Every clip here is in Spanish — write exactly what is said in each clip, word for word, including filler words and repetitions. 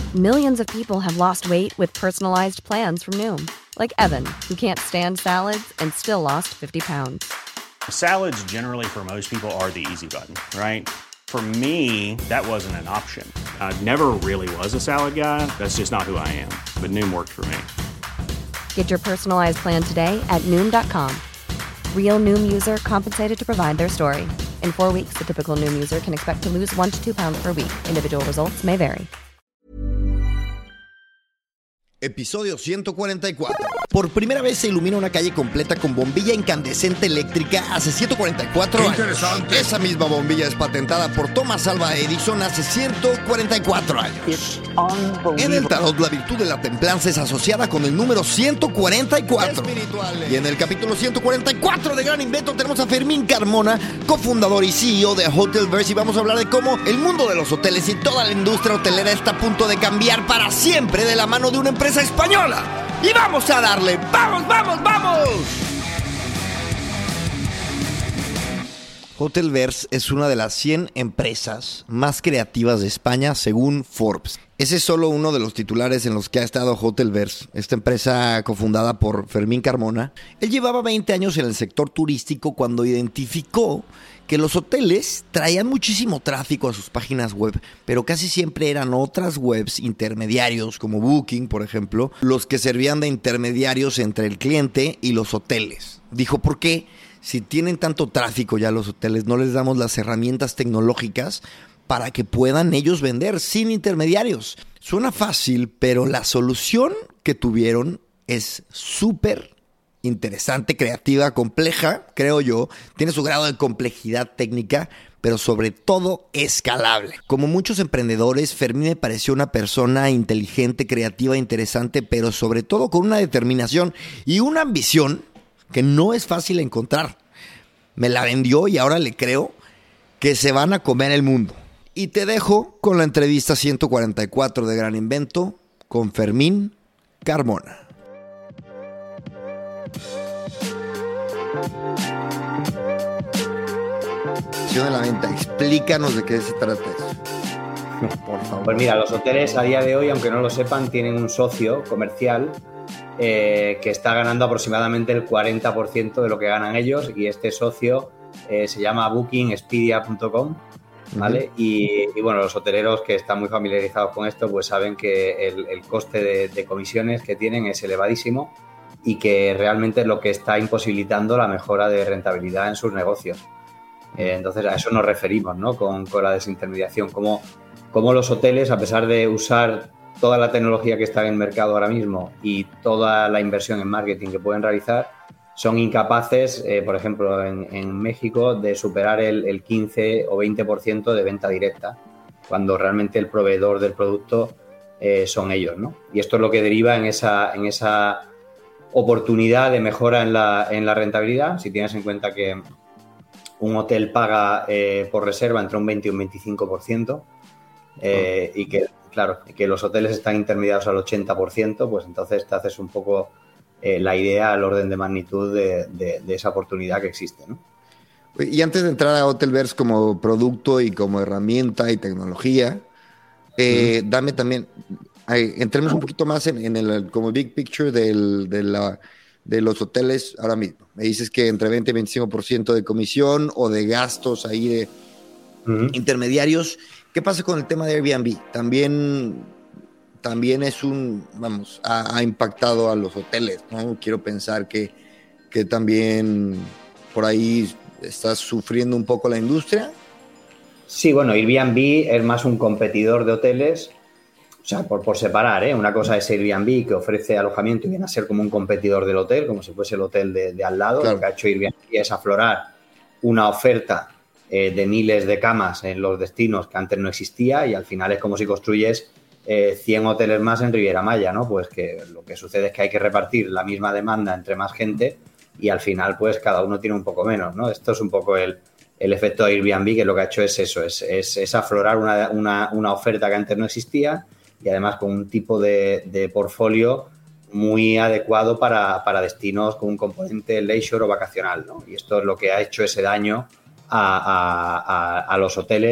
Millions of people have lost weight with personalized plans from Noom. Like Evan, who can't stand salads and still lost fifty pounds. Salads generally for most people are the easy button, right? For me, that wasn't an option. I never really was a salad guy. That's just not who I am. But Noom worked for me. Get your personalized plan today at Noom dot com. Real Noom user compensated to provide their story. In four weeks, the typical Noom user can expect to lose one to two pounds per week. Individual results may vary. Episodio ciento cuarenta y cuatro. Por primera vez se ilumina una calle completa con bombilla incandescente eléctrica hace ciento cuarenta y cuatro años. Interesante. Esa misma bombilla es patentada por Thomas Alva Edison hace ciento cuarenta y cuatro años. En el tarot, la virtud de la templanza es asociada con el número ciento cuarenta y cuatro. Y en el capítulo ciento cuarenta y cuatro de Gran Invento tenemos a Fermín Carmona, cofundador y C E O de Hotelverse, y vamos a hablar de cómo el mundo de los hoteles y toda la industria hotelera está a punto de cambiar para siempre de la mano de una empresa española. Y vamos a darle, ¡vamos, vamos, vamos! Hotelverse es una de las cien empresas más creativas de España según Forbes. Ese es solo uno de los titulares en los que ha estado Hotelverse, esta empresa cofundada por Fermín Carmona. Él llevaba veinte años en el sector turístico cuando identificó que los hoteles traían muchísimo tráfico a sus páginas web, pero casi siempre eran otras webs intermediarios, como Booking, por ejemplo, los que servían de intermediarios entre el cliente y los hoteles. Dijo, ¿por qué? Si tienen tanto tráfico ya los hoteles, no les damos las herramientas tecnológicas para que puedan ellos vender sin intermediarios. Suena fácil, pero la solución que tuvieron es súper interesante, creativa, compleja, creo yo. Tiene su grado de complejidad técnica, pero sobre todo escalable. Como muchos emprendedores, Fermín me pareció una persona inteligente, creativa, interesante, pero sobre todo con una determinación y una ambición que no es fácil encontrar. Me la vendió y ahora le creo que se van a comer el mundo. Y te dejo con la entrevista ciento cuarenta y cuatro de Gran Invento con Fermín Carmona. De la venta, explícanos de qué se trata eso. Por favor. Pues mira, los hoteles a día de hoy, aunque no lo sepan, tienen un socio comercial eh, que está ganando aproximadamente el cuarenta por ciento de lo que ganan ellos, y este socio eh, se llama booking expedia punto com, ¿vale? Uh-huh. y, y bueno, los hoteleros que están muy familiarizados con esto pues saben que el, el coste de, de comisiones que tienen es elevadísimo y que realmente es lo que está imposibilitando la mejora de rentabilidad en sus negocios. Eh, entonces a eso nos referimos, ¿no? Con, con la desintermediación, como, como los hoteles, a pesar de usar toda la tecnología que está en el mercado ahora mismo y toda la inversión en marketing que pueden realizar, son incapaces, eh, por ejemplo, en, en México, de superar el, el quince o veinte por ciento de venta directa, cuando realmente el proveedor del producto eh, son ellos, ¿no? Y esto es lo que deriva en esa, en esa oportunidad de mejora en la, en la rentabilidad. Si tienes en cuenta que un hotel paga eh, por reserva entre un veinte y un veinticinco por ciento eh, y que, claro, que los hoteles están intermediados al ochenta por ciento, pues entonces te haces un poco eh, la idea al orden de magnitud de, de, de esa oportunidad que existe, ¿no? Y antes de entrar a Hotelverse como producto y como herramienta y tecnología, eh, mm. dame también, ay, entremos un poquito más en, en el como big picture del, de la... de los hoteles ahora mismo. Me dices que entre veinte y veinticinco por ciento de comisión o de gastos ahí de uh-huh. intermediarios. ¿Qué pasa con el tema de Airbnb? También, también es un, vamos, ha, ha impactado a los hoteles, ¿no? Quiero pensar que, que también por ahí está sufriendo un poco la industria. Sí, bueno, Airbnb es más un competidor de hoteles. O sea, por, por separar, ¿eh? Una cosa es Airbnb, que ofrece alojamiento y viene a ser como un competidor del hotel, como si fuese el hotel de, de al lado. Claro. Lo que ha hecho Airbnb es aflorar una oferta eh, de miles de camas en los destinos que antes no existía, y al final es como si construyes eh, cien hoteles más en Riviera Maya, ¿no? Pues que lo que sucede es que hay que repartir la misma demanda entre más gente y al final pues cada uno tiene un poco menos, ¿no? Esto es un poco el, el efecto Airbnb, que lo que ha hecho es eso, es, es, es aflorar una, una, una oferta que antes no existía, y además con un tipo de, de portfolio muy adecuado para, para destinos con un componente leisure o vacacional, ¿no? Y esto es lo que ha hecho ese daño a, a, a, a los hoteles,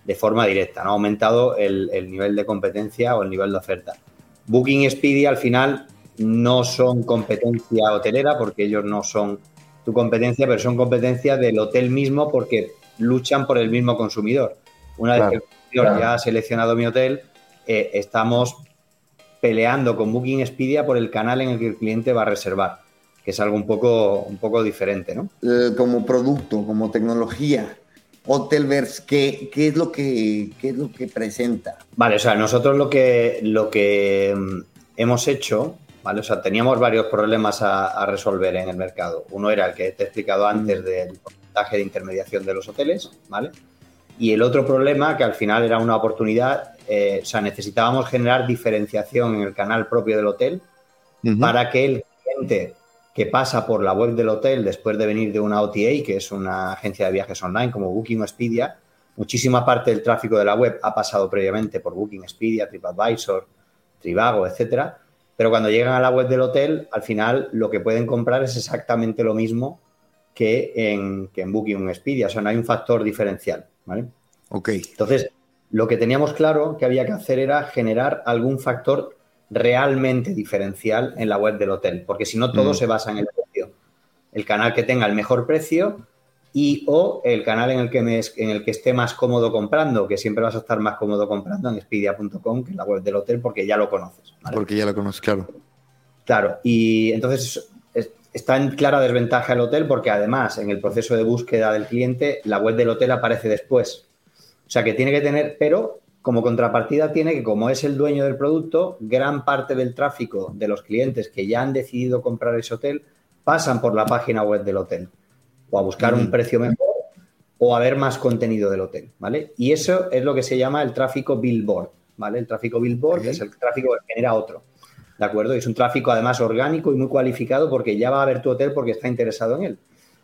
de forma directa, ¿no? Ha aumentado el, el nivel de competencia o el nivel de oferta. Booking y Expedia al final no son competencia hotelera porque ellos no son tu competencia, pero son competencia del hotel mismo porque luchan por el mismo consumidor. Una claro, vez que el consumidor claro. ya ha seleccionado mi hotel, eh, estamos peleando con Booking y Expedia por el canal en el que el cliente va a reservar, que es algo un poco, un poco diferente, ¿no? Eh, como producto, como tecnología, Hotelverse, ¿qué, qué, es lo que, ¿qué es lo que presenta? Vale, o sea, nosotros lo que, lo que hemos hecho, ¿vale? O sea, teníamos varios problemas a, a resolver en el mercado. Uno era el que te he explicado antes del porcentaje de intermediación de los hoteles, ¿vale? Y el otro problema, que al final era una oportunidad, eh, o sea, necesitábamos generar diferenciación en el canal propio del hotel uh-huh. para que el cliente que pasa por la web del hotel después de venir de una O T A, que es una agencia de viajes online como Booking o Expedia, muchísima parte del tráfico de la web ha pasado previamente por Booking, Expedia, TripAdvisor, Trivago, etcétera. Pero cuando llegan a la web del hotel, al final lo que pueden comprar es exactamente lo mismo que en, que en Booking o Expedia. O sea, no hay un factor diferencial, ¿vale? Ok. Entonces, lo que teníamos claro que había que hacer era generar algún factor realmente diferencial en la web del hotel, porque si no todo mm. se basa en el precio. El canal que tenga el mejor precio y o el canal en el que me, en el que esté más cómodo comprando, que siempre vas a estar más cómodo comprando en expedia punto com que en la web del hotel porque ya lo conoces, ¿vale? Porque ya lo conoces, claro. Claro, y entonces es, está en clara desventaja el hotel porque además en el proceso de búsqueda del cliente la web del hotel aparece después. O sea que tiene que tener, pero como contrapartida tiene que, como es el dueño del producto, gran parte del tráfico de los clientes que ya han decidido comprar ese hotel pasan por la página web del hotel o a buscar mm. un precio mejor o a ver más contenido del hotel, ¿vale? Y eso es lo que se llama el tráfico billboard, ¿vale? El tráfico billboard okay. es el tráfico que genera otro, ¿de acuerdo? Y es un tráfico además orgánico y muy cualificado porque ya va a ver tu hotel porque está interesado en él.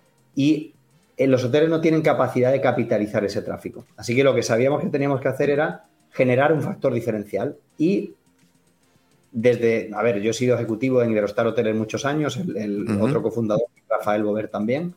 Y los hoteles no tienen capacidad de capitalizar ese tráfico. Así que lo que sabíamos que teníamos que hacer era generar un factor diferencial. Y desde, a ver, yo he sido ejecutivo en Iberostar Hoteles muchos años, el, el uh-huh. otro cofundador, Rafael Bover, también,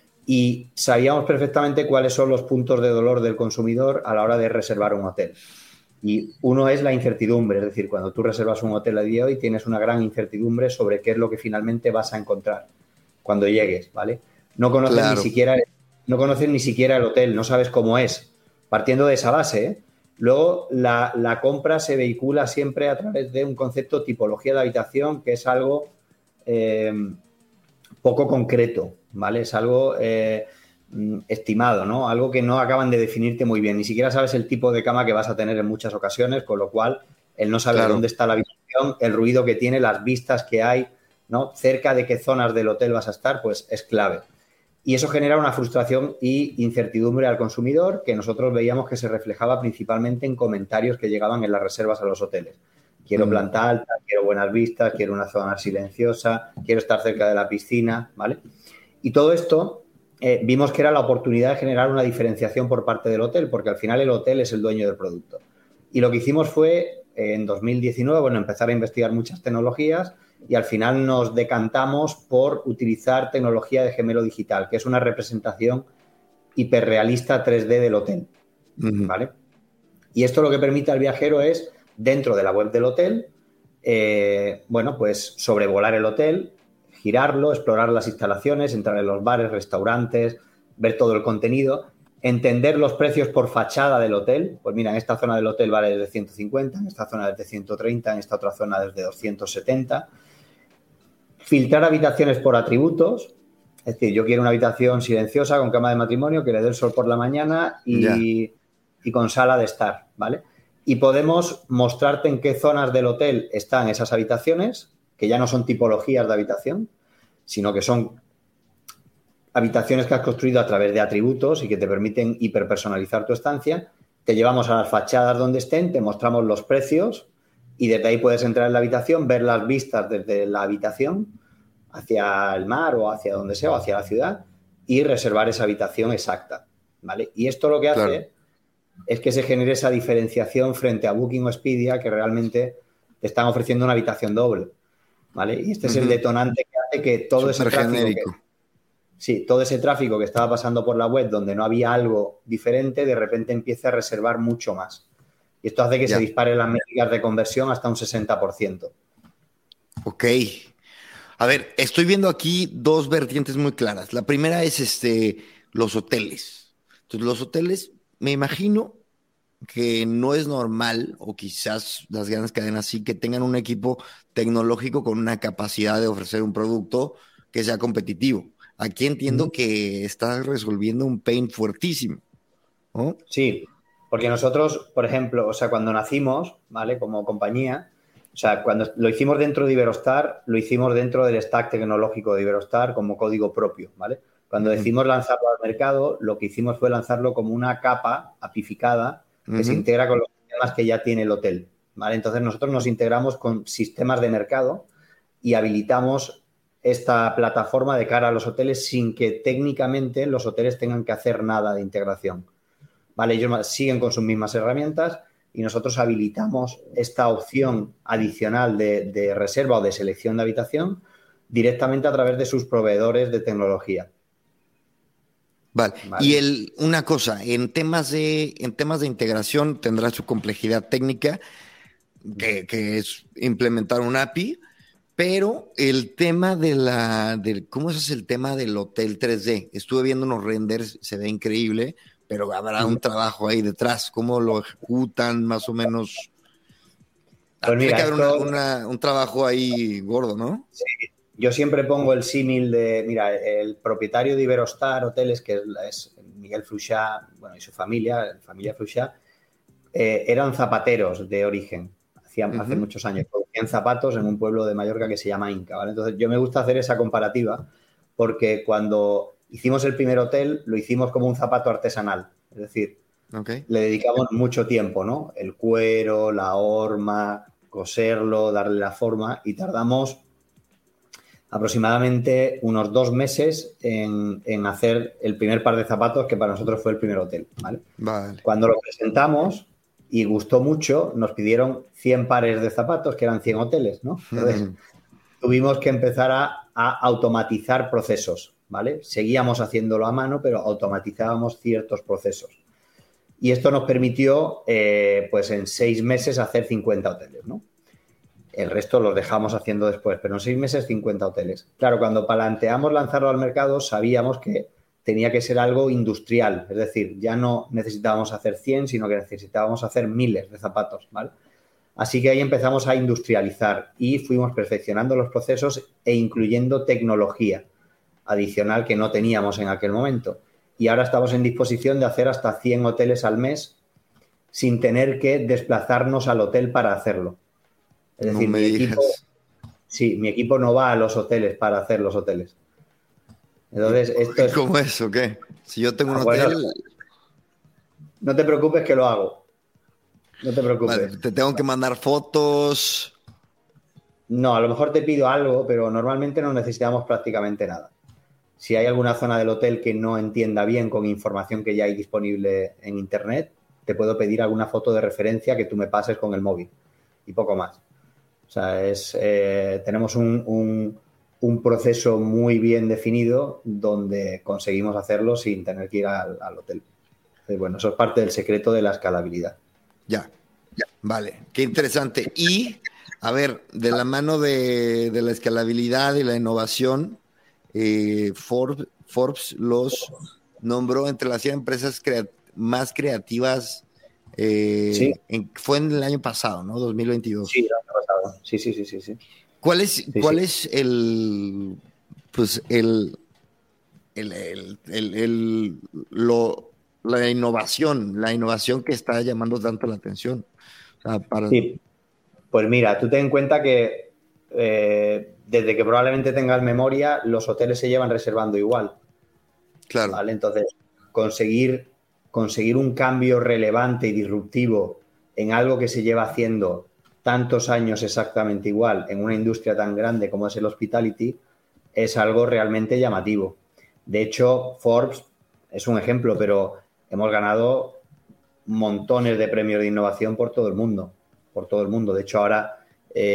y sabíamos perfectamente cuáles son los puntos de dolor del consumidor a la hora de reservar un hotel. Y uno es la incertidumbre, es decir, cuando tú reservas un hotel a día de hoy tienes una gran incertidumbre sobre qué es lo que finalmente vas a encontrar cuando llegues, ¿vale? No conoces, claro. ni siquiera, no conoces ni siquiera el hotel, no sabes cómo es. Partiendo de esa base, ¿eh? Luego la, la compra se vehicula siempre a través de un concepto tipología de habitación que es algo eh, poco concreto, ¿vale? Es algo eh, estimado, ¿no? Algo que no acaban de definirte muy bien. Ni siquiera sabes el tipo de cama que vas a tener en muchas ocasiones, con lo cual el no saber claro. dónde está la habitación, el ruido que tiene, las vistas que hay, ¿no? Cerca de qué zonas del hotel vas a estar, pues es clave. Y eso genera una frustración y incertidumbre al consumidor que nosotros veíamos que se reflejaba principalmente en comentarios que llegaban en las reservas a los hoteles. Quiero mm. planta alta, quiero buenas vistas, quiero una zona silenciosa, quiero estar cerca de la piscina, ¿vale? Y todo esto eh, vimos que era la oportunidad de generar una diferenciación por parte del hotel, porque al final el hotel es el dueño del producto. Y lo que hicimos fue, eh, en dos mil diecinueve, bueno, empezar a investigar muchas tecnologías y al final nos decantamos por utilizar tecnología de gemelo digital, que es una representación hiperrealista tres D del hotel, uh-huh. ¿vale? Y esto lo que permite al viajero es, dentro de la web del hotel, eh, bueno, pues sobrevolar el hotel, girarlo, explorar las instalaciones, entrar en los bares, restaurantes, ver todo el contenido, entender los precios por fachada del hotel. Pues mira, en esta zona del hotel vale desde ciento cincuenta, en esta zona desde ciento treinta, en esta otra zona desde doscientos setenta. Filtrar habitaciones por atributos, es decir, yo quiero una habitación silenciosa con cama de matrimonio que le dé el sol por la mañana y, y con sala de estar, ¿vale? Y podemos mostrarte en qué zonas del hotel están esas habitaciones, que ya no son tipologías de habitación, sino que son habitaciones que has construido a través de atributos y que te permiten hiperpersonalizar tu estancia. Te llevamos a las fachadas donde estén, te mostramos los precios y desde ahí puedes entrar en la habitación, ver las vistas desde la habitación hacia el mar o hacia donde sea o hacia la ciudad y reservar esa habitación exacta, ¿vale? Y esto lo que hace claro. es que se genere esa diferenciación frente a Booking o Expedia que realmente te están ofreciendo una habitación doble, ¿vale? Y este uh-huh. es el detonante que hace que todo Súper ese tráfico genérico. Que, Sí, todo ese tráfico que estaba pasando por la web donde no había algo diferente, de repente empieza a reservar mucho más. Y esto hace que ya. se disparen las métricas de conversión hasta un sesenta por ciento. Ok. A ver, estoy viendo aquí dos vertientes muy claras. La primera es este, los hoteles. Entonces, los hoteles, me imagino que no es normal, o quizás las grandes cadenas sí, que tengan un equipo tecnológico con una capacidad de ofrecer un producto que sea competitivo. Aquí entiendo uh-huh. que estás resolviendo un pain fuertísimo, ¿no? Sí, porque nosotros, por ejemplo, o sea, cuando nacimos, ¿vale? Como compañía, o sea, cuando lo hicimos dentro de Iberostar, lo hicimos dentro del stack tecnológico de Iberostar como código propio, ¿vale? Cuando uh-huh. decidimos lanzarlo al mercado, lo que hicimos fue lanzarlo como una capa apificada que uh-huh. se integra con los sistemas que ya tiene el hotel, ¿vale? Entonces nosotros nos integramos con sistemas de mercado y habilitamos esta plataforma de cara a los hoteles sin que técnicamente los hoteles tengan que hacer nada de integración, ¿vale? Ellos siguen con sus mismas herramientas y nosotros habilitamos esta opción adicional de, de reserva o de selección de habitación directamente a través de sus proveedores de tecnología. Vale. Vale. Y el, una cosa, en temas de, en temas de integración tendrá su complejidad técnica, que, que es implementar un A P I, pero el tema de la, de, ¿cómo es el tema del hotel tres D? Estuve viendo unos renders, se ve increíble, pero habrá un trabajo ahí detrás. ¿Cómo lo ejecutan más o menos? Pues mira, Tiene que haber esto... una, una, un trabajo ahí gordo, ¿no? Sí. Yo siempre pongo el símil de, mira, el propietario de Iberostar Hoteles, que es Miguel Fluixá, bueno, y su familia, la familia Fluixá, eh, eran zapateros de origen, hacían, uh-huh. hace muchos años, producían zapatos en un pueblo de Mallorca que se llama Inca, ¿vale? Entonces, yo me gusta hacer esa comparativa porque cuando hicimos el primer hotel, lo hicimos como un zapato artesanal, es decir, okay. le dedicamos mucho tiempo, ¿no? El cuero, la horma, coserlo, darle la forma, y tardamos aproximadamente unos dos meses en, en hacer el primer par de zapatos, que para nosotros fue el primer hotel, ¿vale? Vale. Cuando lo presentamos y gustó mucho, nos pidieron cien pares de zapatos, que eran cien hoteles, ¿no? Entonces, uh-huh. tuvimos que empezar a, a automatizar procesos, ¿vale? Seguíamos haciéndolo a mano, pero automatizábamos ciertos procesos. Y esto nos permitió, eh, pues en seis meses, hacer cincuenta hoteles, ¿no? El resto los dejamos haciendo después, pero en seis meses cincuenta hoteles. Claro, cuando planteamos lanzarlo al mercado, sabíamos que tenía que ser algo industrial. Es decir, ya no necesitábamos hacer cien, sino que necesitábamos hacer miles de zapatos, ¿vale? Así que ahí empezamos a industrializar y fuimos perfeccionando los procesos e incluyendo tecnología adicional que no teníamos en aquel momento. Y ahora estamos en disposición de hacer hasta cien hoteles al mes sin tener que desplazarnos al hotel para hacerlo. Es decir, no me mi digas. equipo, sí, mi equipo no va a los hoteles para hacer los hoteles. Entonces, esto es... ¿Cómo es o qué? Si yo tengo un ah, hotel... Bueno, no te preocupes que lo hago. No te preocupes. Vale, te tengo que mandar fotos. No, a lo mejor te pido algo, pero normalmente no necesitamos prácticamente nada. Si hay alguna zona del hotel que no entienda bien con información que ya hay disponible en internet, te puedo pedir alguna foto de referencia que tú me pases con el móvil y poco más. O sea, es, eh, tenemos un, un, un proceso muy bien definido donde conseguimos hacerlo sin tener que ir al, al hotel. Entonces, bueno, eso es parte del secreto de la escalabilidad. Ya, ya, vale, qué interesante. Y, a ver, de la mano de, de la escalabilidad y la innovación, eh, Forbes, Forbes los nombró entre las cien empresas crea- más creativas. Eh, sí. en, fue en el año pasado, ¿no? dos mil veintidós. Sí, el año pasado. Sí, sí, sí, sí, sí. ¿Cuál es, sí, cuál sí. es el, pues, el, el, el, el, el lo, la innovación, la innovación que está llamando tanto la atención? O sea, para... Sí, pues mira, tú ten en cuenta que eh, desde que probablemente tengas memoria, los hoteles se llevan reservando igual. Claro. ¿Vale? Entonces, conseguir, conseguir un cambio relevante y disruptivo en algo que se lleva haciendo tantos años exactamente igual en una industria tan grande como es el hospitality es algo realmente llamativo. De hecho, Forbes es un ejemplo, pero hemos ganado montones de premios de innovación por todo el mundo, por todo el mundo. De hecho, ahora,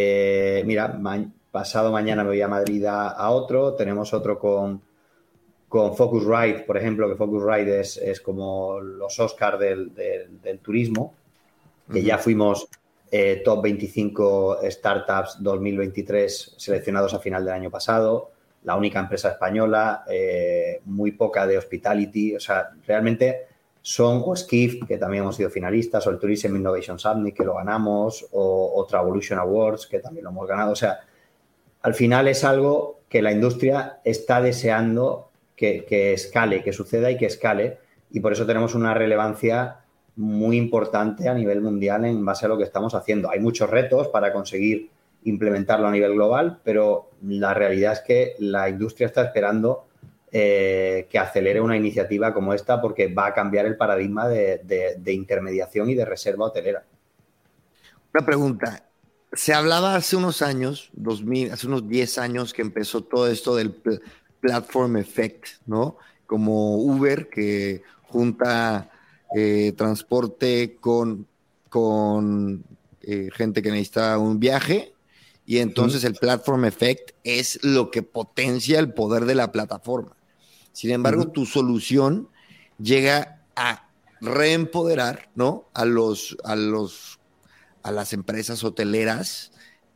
eh, mira, ma- pasado mañana me voy a Madrid a, a otro, tenemos otro con con Focusrite, por ejemplo, que Focusrite es, es como los Oscars del, del, del turismo, que uh-huh. ya fuimos eh, top veinticinco startups dos mil veintitrés seleccionados a final del año pasado, la única empresa española, eh, muy poca de hospitality, o sea, realmente son, o Skift, que también hemos sido finalistas, o el Tourism Innovation Summit, que lo ganamos, o, o Travolution Awards, que también lo hemos ganado, o sea, al final es algo que la industria está deseando que, que escale, que suceda y que escale, y por eso tenemos una relevancia muy importante a nivel mundial en base a lo que estamos haciendo. Hay muchos retos para conseguir implementarlo a nivel global, pero la realidad es que la industria está esperando eh, que acelere una iniciativa como esta porque va a cambiar el paradigma de, de, de intermediación y de reserva hotelera. Una pregunta. Se hablaba hace unos años, dos mil, hace unos diez años que empezó todo esto del pl- platform effect, ¿no? Como Uber, que junta eh, transporte con, con eh, gente que necesita un viaje, y entonces uh-huh. el platform effect es lo que potencia el poder de la plataforma. Sin embargo, uh-huh. tu solución llega a reempoderar, ¿no? A los, a los a las empresas hoteleras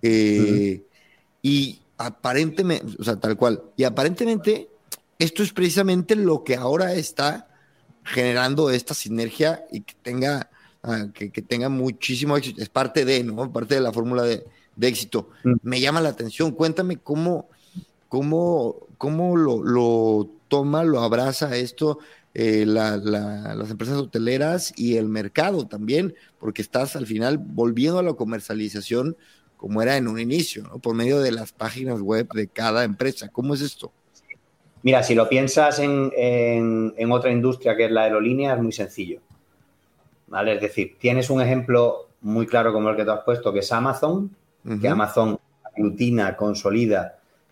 eh, uh-huh. y aparentemente, o sea, tal cual, y aparentemente esto es precisamente lo que ahora está generando esta sinergia y que tenga, uh, que, que tenga muchísimo éxito, es parte de, ¿no? Parte de la fórmula de, de éxito. Uh-huh. Me llama la atención, cuéntame cómo, cómo, cómo lo, lo toma, lo abraza esto, Eh, la, la, las empresas hoteleras y el mercado también, porque estás al final volviendo a la comercialización como era en un inicio, ¿no? Por medio de las páginas web de cada empresa. ¿Cómo es esto? Mira, si lo piensas en, en, en otra industria que es la aerolínea, es muy sencillo, ¿vale? Es decir, tienes un ejemplo muy claro como el que tú has puesto, que es Amazon, uh-huh. que Amazon aglutina, consolida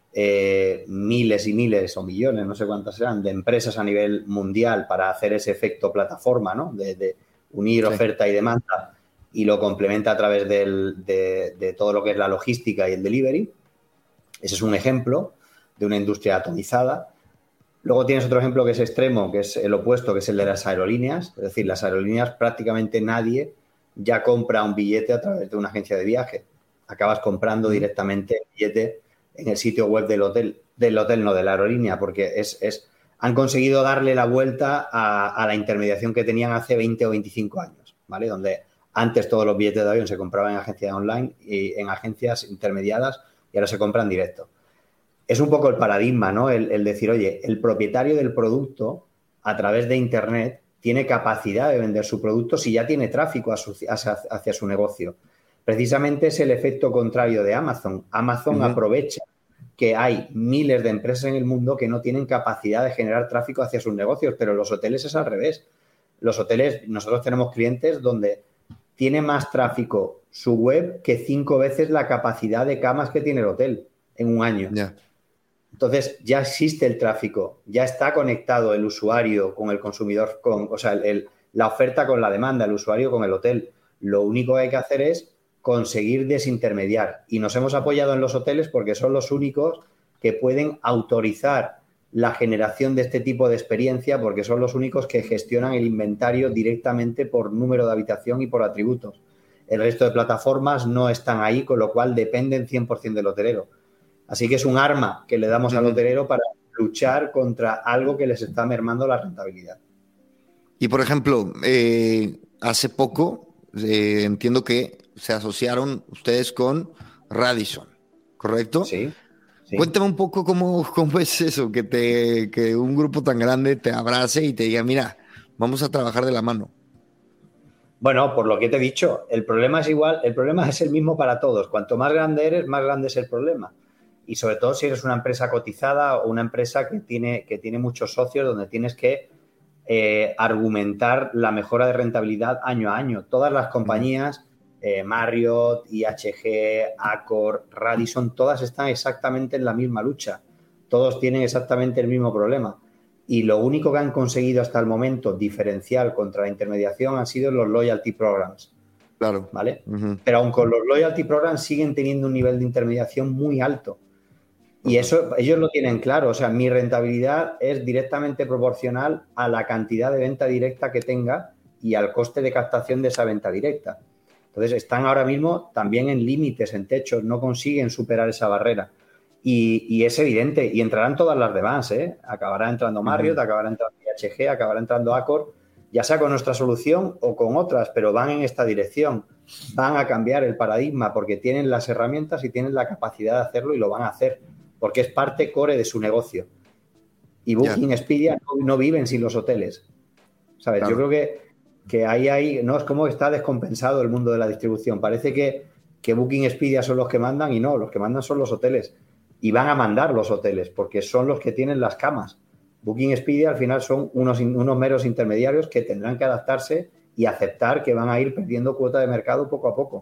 Eh, miles y miles o millones, no sé cuántas serán, de empresas a nivel mundial para hacer ese efecto plataforma, ¿no? De, de unir sí. oferta y demanda, y lo complementa a través del, de, de todo lo que es la logística y el delivery. Ese es un ejemplo de una industria atomizada. Luego tienes otro ejemplo que es extremo, que es el opuesto, que es el de las aerolíneas. Es decir, las aerolíneas prácticamente nadie ya compra un billete a través de una agencia de viaje. Acabas comprando directamente el billete en el sitio web del hotel, del hotel no, de la aerolínea, porque es, es, han conseguido darle la vuelta a, a la intermediación que tenían hace veinte o veinticinco años, ¿vale? Donde antes todos los billetes de avión se compraban en agencias online y en agencias intermediadas y ahora se compran directo. Es un poco el paradigma, ¿no? El, el decir, oye, el propietario del producto a través de Internet tiene capacidad de vender su producto si ya tiene tráfico a su, hacia, hacia su negocio. Precisamente es el efecto contrario de Amazon. Amazon uh-huh. aprovecha que hay miles de empresas en el mundo que no tienen capacidad de generar tráfico hacia sus negocios, pero los hoteles es al revés. Los hoteles, nosotros tenemos clientes donde tiene más tráfico su web que cinco veces la capacidad de camas que tiene el hotel en un año. Yeah. Entonces, ya existe el tráfico, ya está conectado el usuario con el consumidor, con, o sea, el, el, la oferta con la demanda, el usuario con el hotel. Lo único que hay que hacer es conseguir desintermediar. Y nos hemos apoyado en los hoteles porque son los únicos que pueden autorizar la generación de este tipo de experiencia, porque son los únicos que gestionan el inventario directamente por número de habitación y por atributos. El resto de plataformas no están ahí, con lo cual dependen cien por ciento del hotelero. Así que es un arma que le damos al hotelero para luchar contra algo que les está mermando la rentabilidad. Y, por ejemplo, eh, hace poco eh, entiendo que se asociaron ustedes con Radisson, ¿correcto? Sí. sí. Cuéntame un poco cómo, cómo es eso, que, te, que un grupo tan grande te abrace y te diga, mira, vamos a trabajar de la mano. Bueno, por lo que te he dicho, el problema es igual, el problema es el mismo para todos. Cuanto más grande eres, más grande es el problema. Y sobre todo si eres una empresa cotizada o una empresa que tiene, que tiene muchos socios, donde tienes que eh, argumentar la mejora de rentabilidad año a año. Todas las compañías, eh, Marriott, I H G, Accor, Radisson, todas están exactamente en la misma lucha. Todos tienen exactamente el mismo problema. Y lo único que han conseguido hasta el momento diferencial contra la intermediación han sido los loyalty programs. Claro. ¿Vale? Uh-huh. Pero aun con los loyalty programs siguen teniendo un nivel de intermediación muy alto. Y eso ellos lo tienen claro. O sea, mi rentabilidad es directamente proporcional a la cantidad de venta directa que tenga y al coste de captación de esa venta directa. Entonces, están ahora mismo también en límites, en techos, no consiguen superar esa barrera. Y, y es evidente, y entrarán todas las demás, ¿eh? Acabará entrando Marriott, uh-huh. acabará entrando I H G, acabará entrando Accor, ya sea con nuestra solución o con otras, pero van en esta dirección. Van a cambiar el paradigma porque tienen las herramientas y tienen la capacidad de hacerlo y lo van a hacer, porque es parte core de su negocio. Y Booking, yeah. Expedia no, no viven sin los hoteles. ¿Sabes? Claro. Yo creo que, que ahí hay, no es como está descompensado el mundo de la distribución. Parece que, que Booking, Expedia son los que mandan y no, los que mandan son los hoteles. Y van a mandar los hoteles porque son los que tienen las camas. Booking, Expedia al final son unos, unos meros intermediarios que tendrán que adaptarse y aceptar que van a ir perdiendo cuota de mercado poco a poco.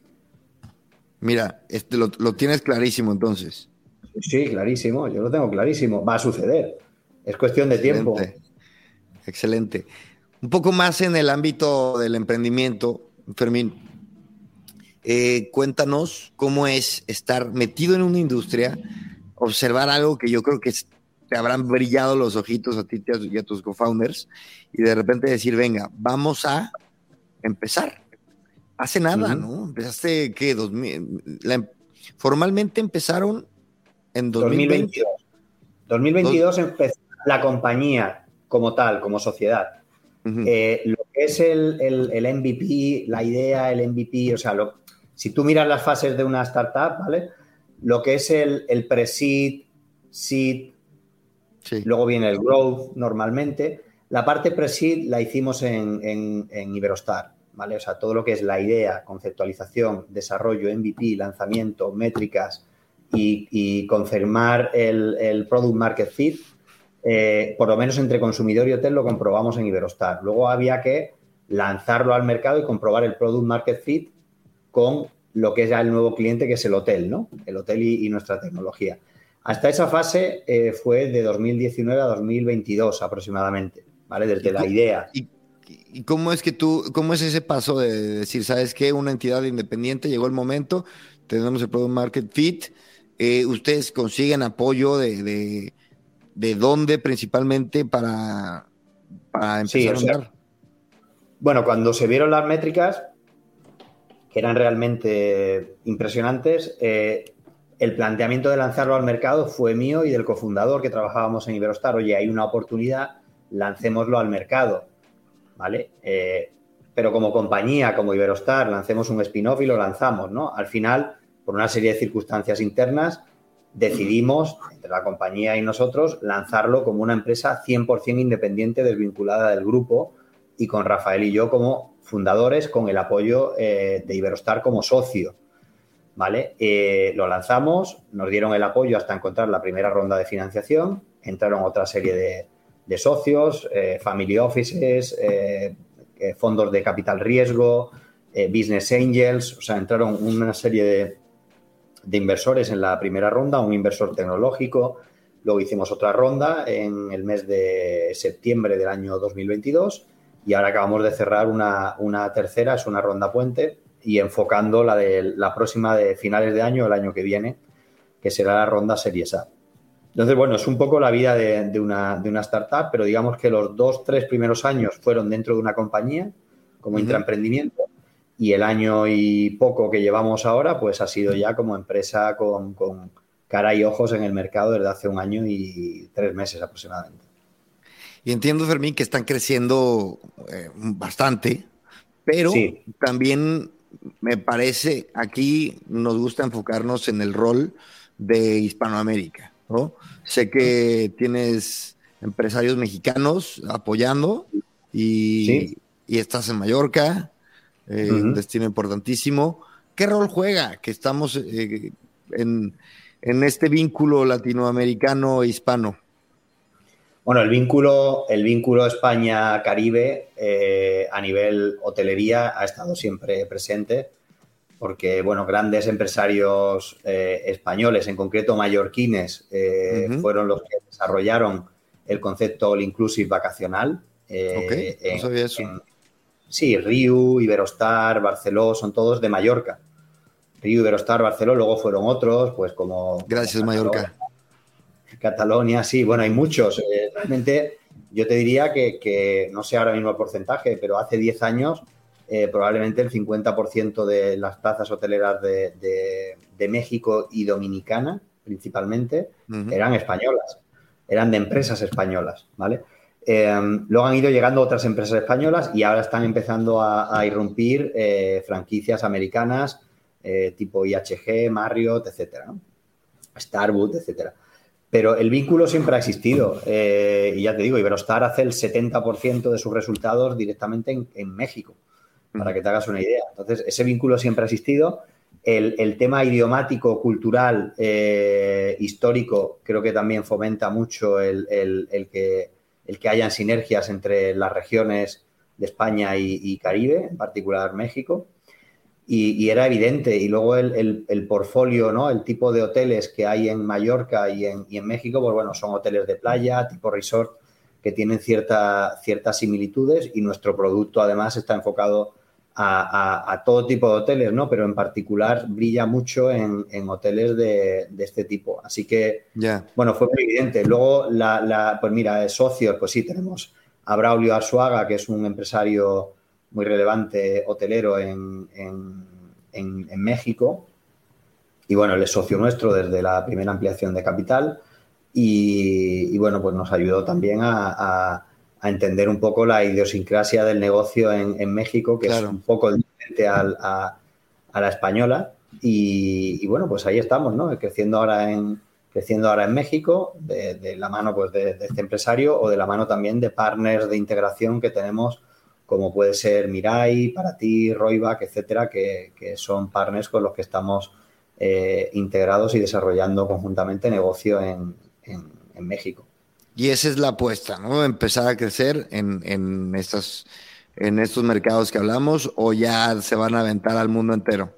Mira, este lo, lo tienes clarísimo entonces. Sí, clarísimo, yo lo tengo clarísimo. Va a suceder, es cuestión de Excelente. tiempo. Excelente. Un poco más en el ámbito del emprendimiento, Fermín. Eh, cuéntanos cómo es estar metido en una industria, observar algo que yo creo que es, te habrán brillado los ojitos a ti y a tus co-founders y de repente decir, venga, vamos a empezar. Hace nada, uh-huh. ¿no? Empezaste, ¿qué? dos mil, la, formalmente empezaron en dos mil veinte. dos mil veintidós Dos... empezó la compañía como tal, como sociedad. Uh-huh. Eh, lo que es el, el, el M V P, la idea, el M V P, o sea, lo, si tú miras las fases de una startup, ¿vale? Lo que es el, el pre-seed, seed, sí. Luego viene el growth normalmente. La parte pre-seed la hicimos en, en, en Iberostar, ¿vale? O sea, todo lo que es la idea, conceptualización, desarrollo, M V P, lanzamiento, métricas y, y confirmar el, el product market fit, eh, por lo menos entre consumidor y hotel lo comprobamos en Iberostar. Luego había que lanzarlo al mercado y comprobar el product market fit con lo que es ya el nuevo cliente, que es el hotel, ¿no? El hotel y, y nuestra tecnología. Hasta esa fase eh, fue de dos mil diecinueve a dos mil veintidós aproximadamente, ¿vale? Desde la idea. ¿Y, y cómo es que tú, cómo es ese paso de decir, sabes qué, una entidad independiente, llegó el momento, tenemos el product market fit, eh, ustedes consiguen apoyo de, de, de dónde principalmente para, para empezar sí, o sea, a andar? Bueno, cuando se vieron las métricas, que eran realmente impresionantes, eh, el planteamiento de lanzarlo al mercado fue mío y del cofundador que trabajábamos en Iberostar. Oye, hay una oportunidad, lancémoslo al mercado, ¿vale? Eh, pero como compañía, como Iberostar, lancemos un spin-off y lo lanzamos, ¿no? Al final, por una serie de circunstancias internas, decidimos, entre la compañía y nosotros, lanzarlo como una empresa cien por ciento independiente, desvinculada del grupo, y con Rafael y yo como fundadores, con el apoyo eh, de Iberostar como socio, ¿vale? Eh, lo lanzamos, nos dieron el apoyo hasta encontrar la primera ronda de financiación, entraron otra serie de, de socios, eh, family offices, eh, eh, fondos de capital riesgo, eh, business angels, o sea, entraron una serie de, de inversores en la primera ronda, un inversor tecnológico, luego hicimos otra ronda en el mes de septiembre del año dos mil veintidós y ahora acabamos de cerrar una, una tercera, es una ronda puente, y enfocando la de la próxima de finales de año, el año que viene, que será la ronda Series A. Entonces, bueno, es un poco la vida de, de, una, de una startup, pero digamos que los dos, tres primeros años fueron dentro de una compañía, como uh-huh. intraemprendimiento, y el año y poco que llevamos ahora, pues ha sido ya como empresa con, con cara y ojos en el mercado desde hace un año y tres meses aproximadamente. Y entiendo, Fermín, que están creciendo eh, bastante, pero sí. También me parece, aquí nos gusta enfocarnos en el rol de Hispanoamérica, ¿no? Sé que tienes empresarios mexicanos apoyando y, sí. y estás en Mallorca, eh, uh-huh. un destino importantísimo. ¿Qué rol juega que estamos eh, en, en este vínculo latinoamericano-hispano? Bueno, el vínculo, el vínculo España-Caribe eh, a nivel hotelería ha estado siempre presente porque, bueno, grandes empresarios eh, españoles, en concreto mallorquines, eh, uh-huh. fueron los que desarrollaron el concepto All Inclusive vacacional. Eh, ok, no sabía eso. En, sí, Riu, Iberostar, Barceló, son todos de Mallorca. Riu, Iberostar, Barceló, luego fueron otros, pues como... Gracias, como Mallorca. Catalonia, sí, bueno, hay muchos. Eh, realmente yo te diría que, que, no sé ahora mismo el porcentaje, pero hace diez años eh, probablemente el cincuenta por ciento de las plazas hoteleras de, de, de México y Dominicana, principalmente, uh-huh. eran españolas, eran de empresas españolas, ¿vale? Eh, luego han ido llegando otras empresas españolas y ahora están empezando a, a irrumpir eh, franquicias americanas eh, tipo I H G, Marriott, etcétera, ¿no? Starwood, etcétera. Pero el vínculo siempre ha existido eh, y ya te digo, Iberostar hace el setenta por ciento de sus resultados directamente en, en México, para que te hagas una idea. Entonces, ese vínculo siempre ha existido. El, el tema idiomático, cultural, eh, histórico, creo que también fomenta mucho el, el, el, que, el que hayan sinergias entre las regiones de España y, y Caribe, en particular México. Y, y era evidente. Y luego el, el, el portfolio, ¿no? El tipo de hoteles que hay en Mallorca y en, y en México, pues bueno, son hoteles de playa, tipo resort, que tienen cierta, ciertas similitudes y nuestro producto además está enfocado a, a, a todo tipo de hoteles, ¿no? Pero en particular brilla mucho en, en hoteles de, de este tipo. Así que, yeah. bueno, fue muy evidente. Luego, la, la, pues mira, socios, pues sí, tenemos a Braulio Arzuaga, que es un empresario muy relevante hotelero en, en, en, en México. Y bueno, él es socio nuestro desde la primera ampliación de capital y, y bueno, pues nos ayudó también a, a, a entender un poco la idiosincrasia del negocio en, en México, que claro. es un poco diferente al, a, a la española. Y, y bueno, pues ahí estamos, ¿no? Creciendo ahora en, creciendo ahora en México, de, de la mano pues de, de este empresario o de la mano también de partners de integración que tenemos, como puede ser Mirai, Paraty, Royback, etcétera, que, que son partners con los que estamos eh, integrados y desarrollando conjuntamente negocio en, en, en México. Y esa es la apuesta, ¿no? Empezar a crecer en, en, estas, en estos mercados que hablamos, o ya se van a aventar al mundo entero.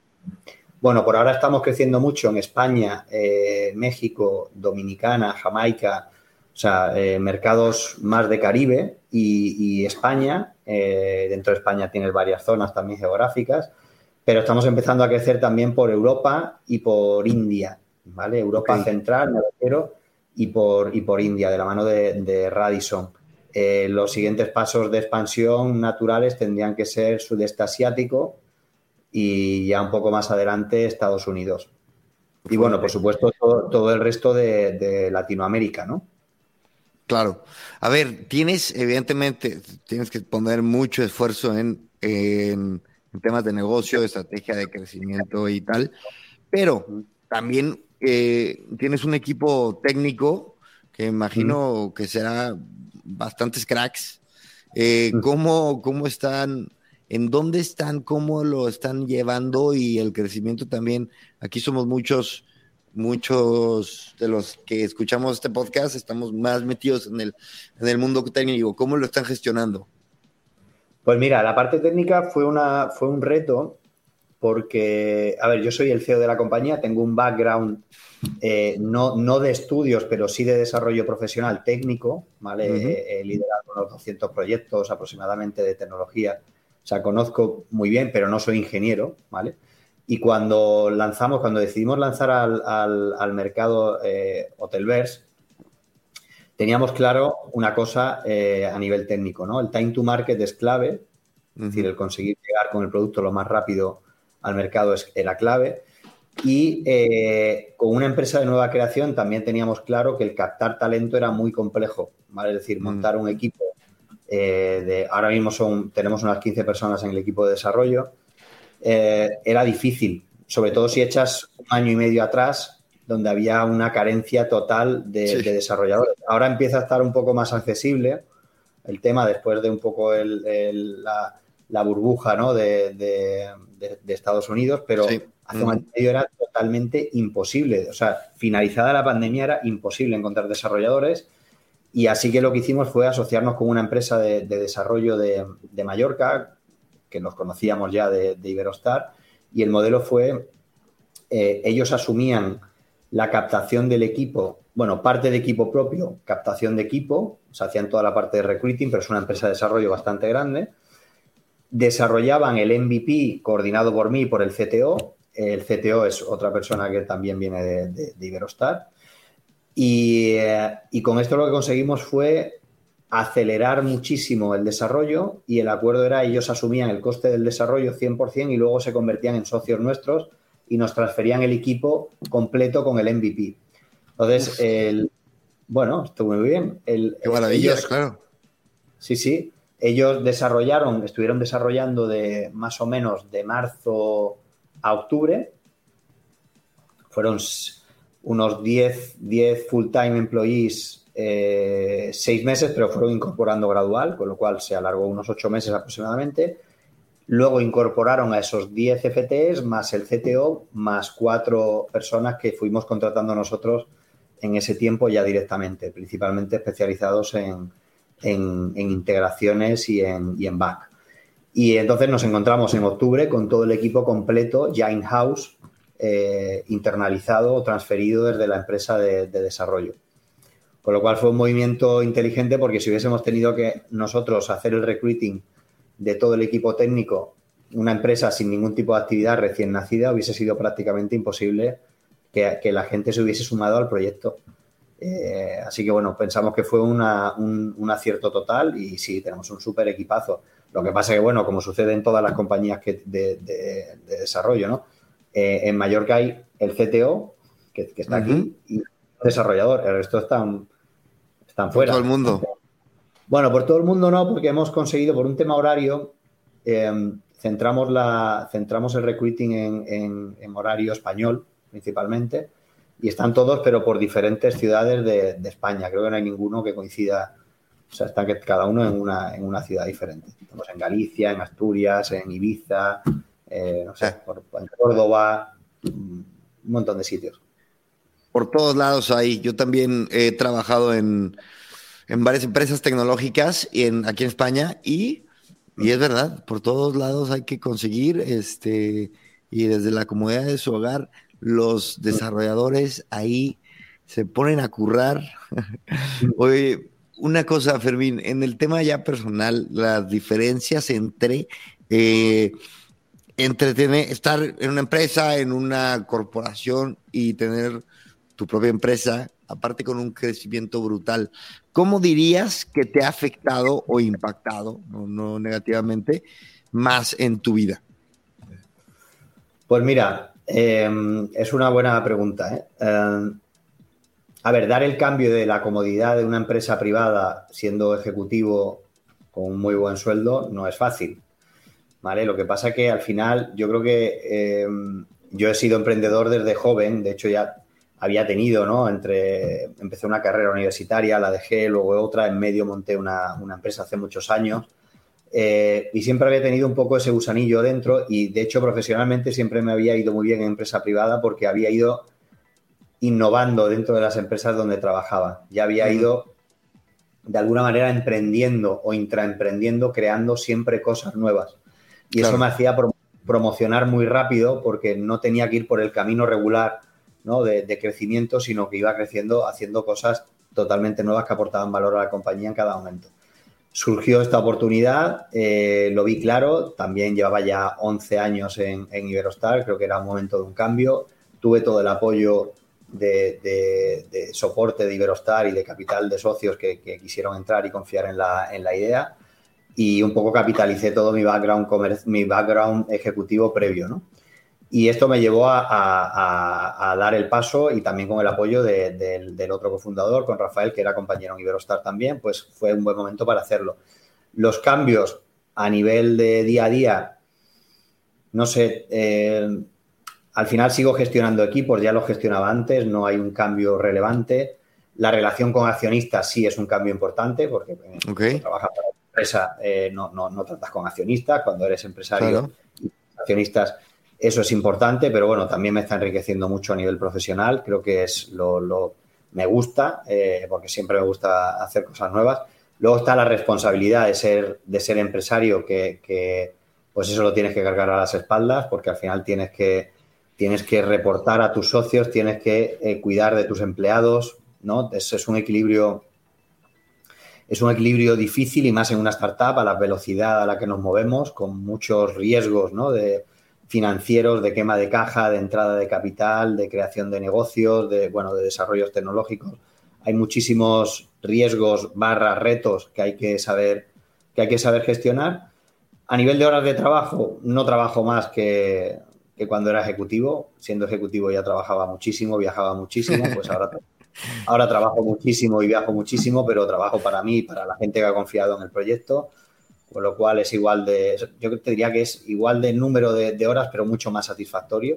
Bueno, por ahora estamos creciendo mucho en España, eh, México, Dominicana, Jamaica, o sea, eh, mercados más de Caribe y, y España. Eh, dentro de España tienes varias zonas también geográficas, pero estamos empezando a crecer también por Europa y por India, ¿vale? Europa okay. Central, me refiero, y por, y por India, de la mano de, de Radisson. Eh, los siguientes pasos de expansión naturales tendrían que ser sudeste asiático y ya un poco más adelante Estados Unidos. Y bueno, por supuesto, todo, todo el resto de, de Latinoamérica, ¿no? Claro. A ver, tienes, evidentemente, tienes que poner mucho esfuerzo en, en, en temas de negocio, de estrategia de crecimiento y tal, pero también eh, tienes un equipo técnico que imagino mm. que será bastantes cracks. Eh, ¿cómo, ¿Cómo están? ¿En dónde están? ¿Cómo lo están llevando? Y el crecimiento también. Aquí somos muchos... Muchos de los que escuchamos este podcast estamos más metidos en el, en el mundo técnico. ¿Cómo lo están gestionando? Pues mira, la parte técnica fue, una, fue un reto porque, a ver, yo soy el C E O de la compañía, tengo un background eh, no, no de estudios, pero sí de desarrollo profesional técnico, ¿vale? Uh-huh. He, he liderado unos doscientos proyectos aproximadamente de tecnología. O sea, conozco muy bien, pero no soy ingeniero, ¿vale? Y cuando lanzamos, cuando decidimos lanzar al, al, al mercado eh, Hotelverse, teníamos claro una cosa eh, a nivel técnico, ¿no? El time to market es clave, uh-huh. es decir, el conseguir llegar con el producto lo más rápido al mercado es, era clave. Y eh, con una empresa de nueva creación también teníamos claro que el captar talento era muy complejo, ¿vale? Es decir, montar uh-huh. un equipo eh, de, ahora mismo son, tenemos unas quince personas en el equipo de desarrollo. Eh, era difícil, sobre todo si echas un año y medio atrás, donde había una carencia total de, sí. de desarrolladores. Ahora empieza a estar un poco más accesible el tema después de un poco el, el, la, la burbuja, ¿no? de, de, de, de Estados Unidos, pero sí. hace un año y medio era totalmente imposible. O sea, finalizada la pandemia era imposible encontrar desarrolladores y así que lo que hicimos fue asociarnos con una empresa de, de desarrollo de, de Mallorca, que nos conocíamos ya de, de Iberostar, y el modelo fue, eh, ellos asumían la captación del equipo, bueno, parte de equipo propio, captación de equipo, o sea, hacían toda la parte de recruiting, pero es una empresa de desarrollo bastante grande, desarrollaban el M V P coordinado por mí y por el C T O, el C T O es otra persona que también viene de, de, de Iberostar, Y, eh, y con esto lo que conseguimos fue acelerar muchísimo el desarrollo, y el acuerdo era ellos asumían el coste del desarrollo cien por ciento y luego se convertían en socios nuestros y nos transferían el equipo completo con el M V P. Entonces, el, bueno, estuvo muy bien. El, Qué maravilla, ellos, claro. Sí, sí. Ellos desarrollaron, estuvieron desarrollando de más o menos de marzo a octubre. Fueron unos diez full-time employees, eh, seis meses, pero fueron incorporando gradual, con lo cual se alargó unos ocho meses aproximadamente. Luego incorporaron a esos diez F Ts más el C T O, más cuatro personas que fuimos contratando nosotros en ese tiempo ya directamente, principalmente especializados en, en, en integraciones y en, y en back. Y entonces nos encontramos en octubre con todo el equipo completo, ya in-house, eh, internalizado o transferido desde la empresa de, de desarrollo. Con lo cual fue un movimiento inteligente, porque si hubiésemos tenido que nosotros hacer el recruiting de todo el equipo técnico, una empresa sin ningún tipo de actividad recién nacida, hubiese sido prácticamente imposible que, que la gente se hubiese sumado al proyecto. Eh, así que, bueno, pensamos que fue una, un, un acierto total y sí, tenemos un súper equipazo. Lo que pasa que, bueno, como sucede en todas las compañías que de, de, de desarrollo, ¿no? Eh, en Mallorca hay el C T O, que, que está uh-huh. aquí, y el desarrollador. El resto están, están fuera. Por todo el mundo. Bueno, por todo el mundo no, porque hemos conseguido, por un tema horario, eh, centramos, la, centramos el recruiting en, en, en horario español, principalmente, y están todos, pero por diferentes ciudades de, de España. Creo que no hay ninguno que coincida, o sea, están cada uno en una, en una ciudad diferente. Estamos en Galicia, en Asturias, en Ibiza, eh, no sé, por, en Córdoba, un montón de sitios. Por todos lados hay. Yo también he trabajado en... en varias empresas tecnológicas y en, aquí en España y, y es verdad, por todos lados hay que conseguir este y desde la comodidad de su hogar los desarrolladores ahí se ponen a currar. Oye, una cosa, Fermín, en el tema ya personal, las diferencias entre eh, entre tener, estar en una empresa, en una corporación y tener tu propia empresa, aparte con un crecimiento brutal, ¿cómo dirías que te ha afectado o impactado, no, no negativamente, más en tu vida? Pues mira, eh, es una buena pregunta. ¿eh? Eh, a ver, dar el cambio de la comodidad de una empresa privada siendo ejecutivo con un muy buen sueldo no es fácil, ¿vale? Lo que pasa es que al final yo creo que eh, yo he sido emprendedor desde joven, de hecho ya había tenido, ¿no? Entre, empecé una carrera universitaria, la dejé, luego otra, en medio monté una, una empresa hace muchos años eh, y siempre había tenido un poco ese gusanillo dentro y, de hecho, profesionalmente siempre me había ido muy bien en empresa privada porque había ido innovando dentro de las empresas donde trabajaba. Ya había ido, de alguna manera, emprendiendo o intraemprendiendo, creando siempre cosas nuevas. Y claro, eso me hacía pro- promocionar muy rápido porque no tenía que ir por el camino regular, ¿no? de, de crecimiento, sino que iba creciendo haciendo cosas totalmente nuevas que aportaban valor a la compañía en cada momento. Surgió esta oportunidad, eh, lo vi claro, también llevaba ya once años en, en Iberostar, creo que era un momento de un cambio, tuve todo el apoyo de, de, de soporte de Iberostar y de capital de socios que, que quisieron entrar y confiar en la, en la idea y un poco capitalicé todo mi background, comer- mi background ejecutivo previo, ¿no? Y esto me llevó a, a, a dar el paso y también con el apoyo de, de, del otro cofundador, con Rafael, que era compañero en Iberostar también, pues fue un buen momento para hacerlo. Los cambios a nivel de día a día, no sé, eh, al final sigo gestionando equipos, ya los gestionaba antes, no hay un cambio relevante. La relación con accionistas sí es un cambio importante porque okay. Cuando trabajas para una empresa eh, no, no, no tratas con accionistas, cuando eres empresario claro. y accionistas. Eso es importante, pero bueno, también me está enriqueciendo mucho a nivel profesional. Creo que es lo, lo me gusta, eh, porque siempre me gusta hacer cosas nuevas. Luego está la responsabilidad de ser, de ser empresario, que, que pues eso lo tienes que cargar a las espaldas, porque al final tienes que, tienes que reportar a tus socios, tienes que eh, cuidar de tus empleados, ¿no? Es, es un equilibrio, es un equilibrio difícil y más en una startup a la velocidad a la que nos movemos, con muchos riesgos, ¿no? De financieros, de quema de caja, de entrada de capital, de creación de negocios, de, bueno, de desarrollos tecnológicos. hay muchísimos riesgos barra retos que hay que saber, que hay que saber gestionar. A nivel de horas de trabajo, no trabajo más que, que cuando era ejecutivo. Siendo ejecutivo ya trabajaba muchísimo, viajaba muchísimo, pues ahora, ahora trabajo muchísimo y viajo muchísimo, pero trabajo para mí y para la gente que ha confiado en el proyecto, con lo cual es igual de, yo te diría que es igual de número de, de horas, pero mucho más satisfactorio.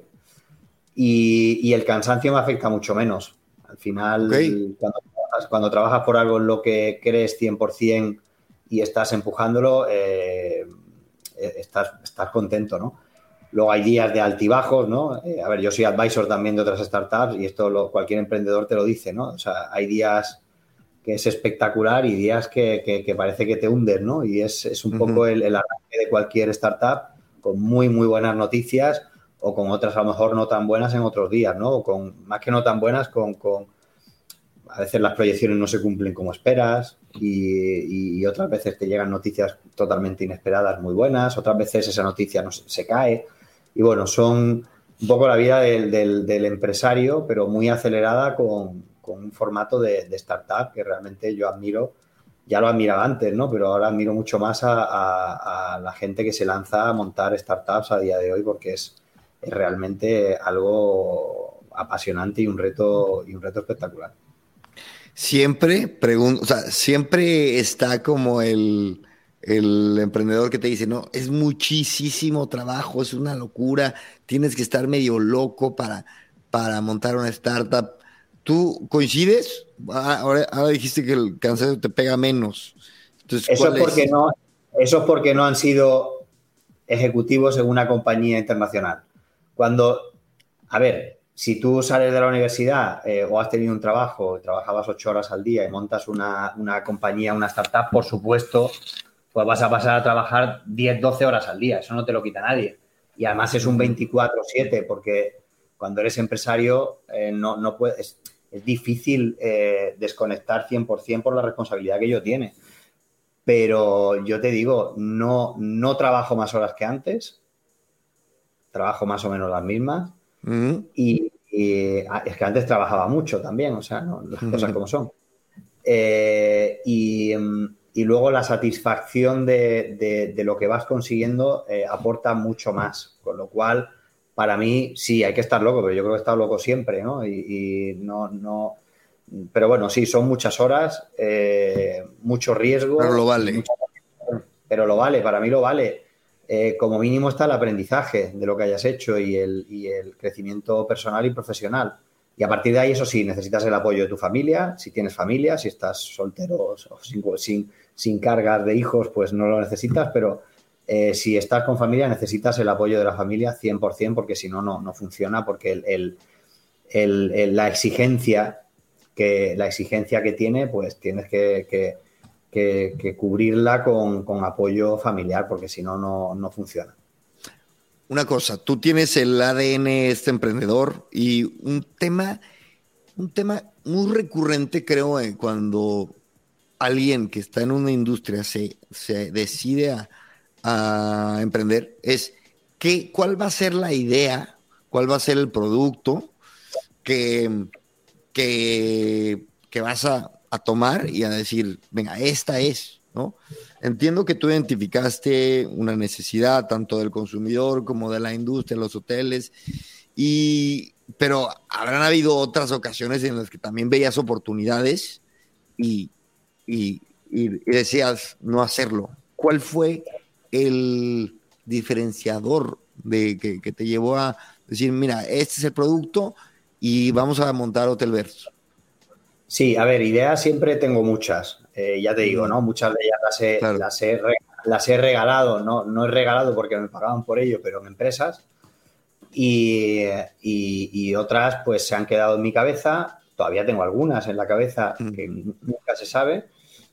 Y, y el cansancio me afecta mucho menos. Al final, okay. cuando, trabajas, cuando trabajas por algo en lo que crees cien por ciento y estás empujándolo, eh, estás, estás contento, ¿no? Luego hay días de altibajos, ¿no? Eh, a ver, yo soy advisor también de otras startups y esto lo, cualquier emprendedor te lo dice, ¿no? O sea, hay días que es espectacular y días que, que, que parece que te hunden, ¿no? Y es, es un uh-huh. poco el, el arranque de cualquier startup, con muy, muy buenas noticias o con otras a lo mejor no tan buenas en otros días, ¿no? O con, más que no tan buenas, con, con a veces las proyecciones no se cumplen como esperas y, y otras veces te llegan noticias totalmente inesperadas muy buenas, otras veces esa noticia no se, se cae. Y bueno, son un poco la vida del, del, del empresario, pero muy acelerada con, con un formato de, de startup que realmente yo admiro. Ya lo admiraba antes, ¿no? Pero ahora admiro mucho más a, a, a la gente que se lanza a montar startups a día de hoy porque es, es realmente algo apasionante y un reto, y un reto espectacular. Siempre pregunto, o sea, siempre está como el, el emprendedor que te dice, no, es muchísimo trabajo, es una locura, tienes que estar medio loco para, para montar una startup. ¿Tú coincides? Ahora, ahora dijiste que el cansancio te pega menos. Entonces, eso, es porque es? no, eso es porque no han sido ejecutivos en una compañía internacional. Cuando, a ver, si tú sales de la universidad eh, o has tenido un trabajo, trabajabas ocho horas al día y montas una, una compañía, una startup, por supuesto, pues vas a pasar a trabajar diez, doce horas al día. Eso no te lo quita nadie. Y además es un veinticuatro siete porque cuando eres empresario eh, no, no puedes... Es difícil eh, desconectar cien por ciento por la responsabilidad que ello tiene. Pero yo te digo, no, no trabajo más horas que antes. Trabajo más o menos las mismas. Uh-huh. Y, y es que antes trabajaba mucho también, o sea, ¿no? Las uh-huh. cosas como son. Eh, y, y luego la satisfacción de, de, de lo que vas consiguiendo eh, aporta mucho más. Con lo cual... Para mí, sí, hay que estar loco, pero yo creo que he estado loco siempre, ¿no? Y, y no, no... Pero bueno, sí, son muchas horas, eh, mucho riesgo. Pero lo vale. Mucha... Pero lo vale, para mí lo vale. Eh, como mínimo está el aprendizaje de lo que hayas hecho y el, y el crecimiento personal y profesional. Y a partir de ahí, eso sí, necesitas el apoyo de tu familia. Si tienes familia, si estás soltero o sin, sin, sin cargas de hijos, pues no lo necesitas, pero... Eh, si estás con familia necesitas el apoyo de la familia cien por ciento porque si no, no, no funciona porque el, el, el, el, la exigencia que la exigencia que tiene pues tienes que, que, que, que cubrirla con, con apoyo familiar porque si no, no, no funciona. Una cosa, tú tienes el A D N este emprendedor y un tema un tema muy recurrente creo eh, cuando alguien que está en una industria se, se decide a a emprender es qué, cuál va a ser la idea, cuál va a ser el producto que, que, que vas a, a tomar y a decir, venga, esta es, ¿no? Entiendo que tú identificaste una necesidad tanto del consumidor como de la industria, los hoteles, y, pero habrán habido otras ocasiones en las que también veías oportunidades y, y, y, y decías no hacerlo. ¿Cuál fue el diferenciador de que, que te llevó a decir, mira, este es el producto y vamos a montar Hotelverse? Sí, a ver, ideas siempre tengo muchas, eh, ya te digo, ¿no? Muchas de ellas las he, claro. las he, las he regalado, ¿no? No he regalado porque me pagaban por ello, pero en empresas y, y, y otras pues se han quedado en mi cabeza, todavía tengo algunas en la cabeza mm. que nunca se sabe.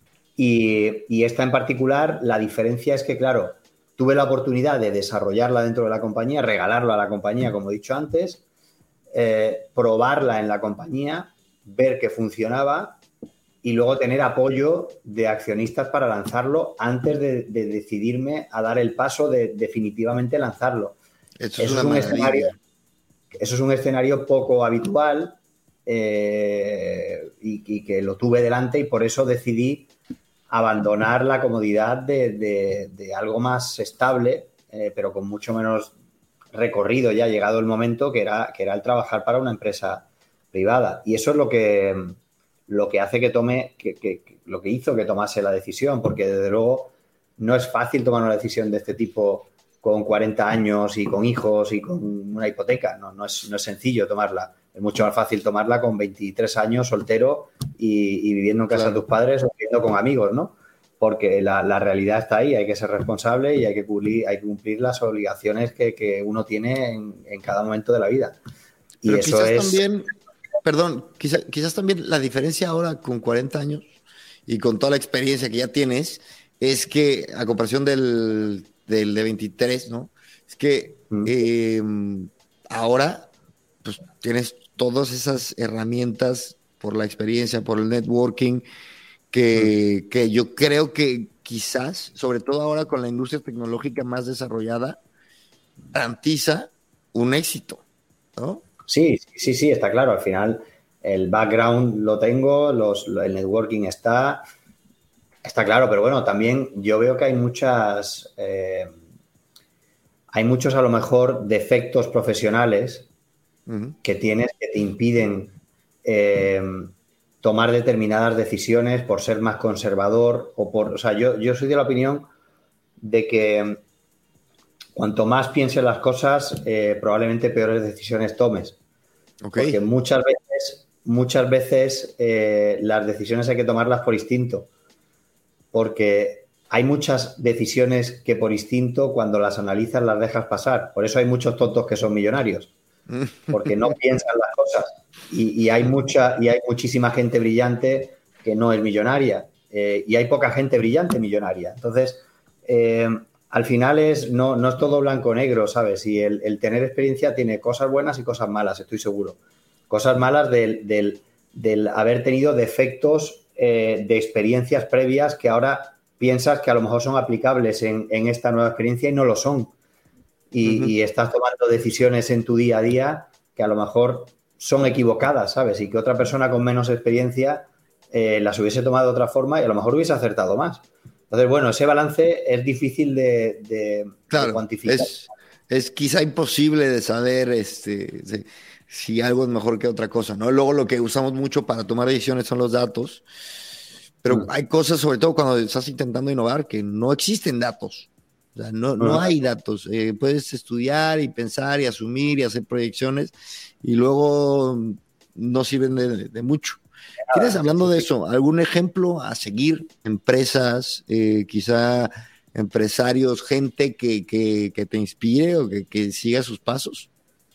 Y, y esta en particular, la diferencia es que, claro, tuve la oportunidad de desarrollarla dentro de la compañía, regalarla a la compañía, como he dicho antes, eh, probarla en la compañía, ver que funcionaba y luego tener apoyo de accionistas para lanzarlo antes de, de decidirme a dar el paso de definitivamente lanzarlo. Eso, eso, es es un escenario, eso es un escenario poco habitual eh, y, y que lo tuve delante, y por eso decidí abandonar la comodidad de, de, de algo más estable, eh, pero con mucho menos recorrido, ya llegado el momento, que era, que era el trabajar para una empresa privada. Y eso es lo que, lo que hace que tome, que, que, que, lo que hizo que tomase la decisión, porque desde luego no es fácil tomar una decisión de este tipo con cuarenta años y con hijos y con una hipoteca. No, no, es, no es sencillo tomarla. Es mucho más fácil tomarla con veintitrés años, soltero y, y viviendo en casa claro. de tus padres o viviendo con amigos, ¿no? Porque la, la realidad está ahí, hay que ser responsable y hay que cumplir, hay que cumplir las obligaciones que, que uno tiene en, en cada momento de la vida. Y Pero eso quizás es... también, perdón, quizás, quizás también la diferencia ahora con cuarenta años y con toda la experiencia que ya tienes es que, a comparación del, del de veintitrés, ¿no? Es que mm. eh, ahora pues tienes todas esas herramientas por la experiencia, por el networking, que, mm. que yo creo que quizás, sobre todo ahora con la industria tecnológica más desarrollada, garantiza un éxito, ¿no? Sí, sí, sí, está claro. Al final el background lo tengo, los, el networking está, está claro, pero bueno, también yo veo que hay muchas, eh, hay muchos a lo mejor defectos profesionales uh-huh. que tienes que te impiden eh, tomar determinadas decisiones por ser más conservador o por, o sea, yo, yo soy de la opinión de que cuanto más pienses las cosas, eh, probablemente peores decisiones tomes. Okay. Porque muchas veces, muchas veces eh, las decisiones hay que tomarlas por instinto. Porque hay muchas decisiones que por instinto, cuando las analizas, las dejas pasar. Por eso hay muchos tontos que son millonarios. Porque no piensan las cosas. Y, y, hay mucha, y hay muchísima gente brillante que no es millonaria. Eh, y hay poca gente brillante millonaria. Entonces, eh, al final es no, no es todo blanco o negro, ¿sabes? Y el, el tener experiencia tiene cosas buenas y cosas malas, estoy seguro. Cosas malas del, del, del haber tenido defectos eh, de experiencias previas que ahora piensas que a lo mejor son aplicables en, en esta nueva experiencia y no lo son. Y, uh-huh. y estás tomando decisiones en tu día a día que a lo mejor son equivocadas, ¿sabes? Y que otra persona con menos experiencia eh, las hubiese tomado de otra forma y a lo mejor hubiese acertado más. Entonces, bueno, ese balance es difícil de, de, claro, de cuantificar. Es, es quizá imposible de saber este, si, si algo es mejor que otra cosa, ¿no? Luego lo que usamos mucho para tomar decisiones son los datos, pero mm. hay cosas, sobre todo cuando estás intentando innovar, que no existen datos. O sea, no, no hay datos. Eh, puedes estudiar y pensar y asumir y hacer proyecciones y luego no sirven de, de mucho. ¿Quieres, hablando de eso, algún ejemplo a seguir? Empresas, eh, quizá empresarios, gente que, que, que te inspire o que, que siga sus pasos.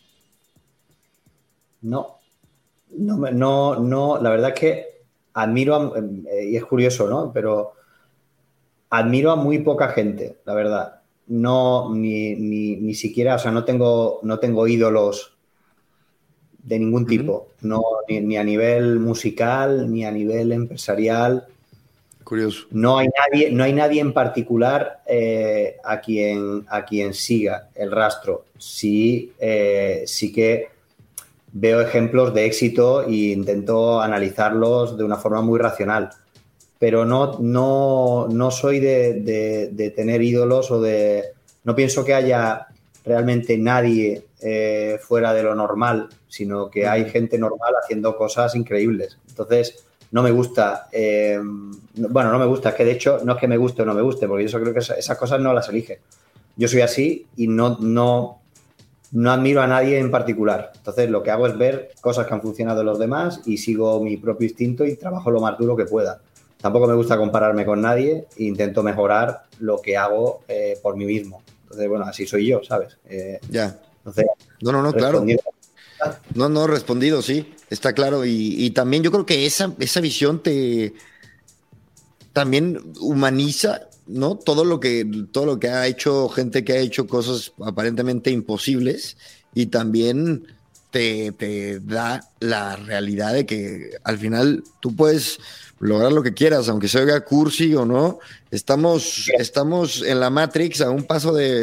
No, no, no, no, la verdad es que admiro, a, eh, y es curioso, ¿no? Pero admiro a muy poca gente, la verdad. No, ni, ni, ni siquiera, o sea, no tengo, no tengo ídolos de ningún tipo, uh-huh. no, ni, ni a nivel musical, ni a nivel empresarial. Curioso. No hay nadie, no hay nadie en particular eh, a quien, a quien siga el rastro. Sí, eh, sí que veo ejemplos de éxito e intento analizarlos de una forma muy racional. Pero no, no, no soy de, de, de tener ídolos o de... No pienso que haya realmente nadie eh, fuera de lo normal, sino que hay gente normal haciendo cosas increíbles. Entonces, no me gusta... Eh, bueno, no me gusta, es que de hecho no es que me guste o no me guste, porque yo creo que esas, esas cosas no las elige. Yo soy así y no, no, no admiro a nadie en particular. Entonces, lo que hago es ver cosas que han funcionado en los demás y sigo mi propio instinto y trabajo lo más duro que pueda. Tampoco me gusta compararme con nadie e intento mejorar lo que hago eh, por mí mismo. Entonces, bueno, así soy yo, ¿sabes? Eh, ya. Entonces, no, no, no, claro. No, no, respondido, sí, está claro. Y, y también yo creo que esa, esa visión te también humaniza, ¿no? Todo lo que, todo lo que ha hecho gente que ha hecho cosas aparentemente imposibles y también te, te da la realidad de que al final tú puedes lograr lo que quieras, aunque se oiga cursi o no. Estamos, estamos en la Matrix a un paso de,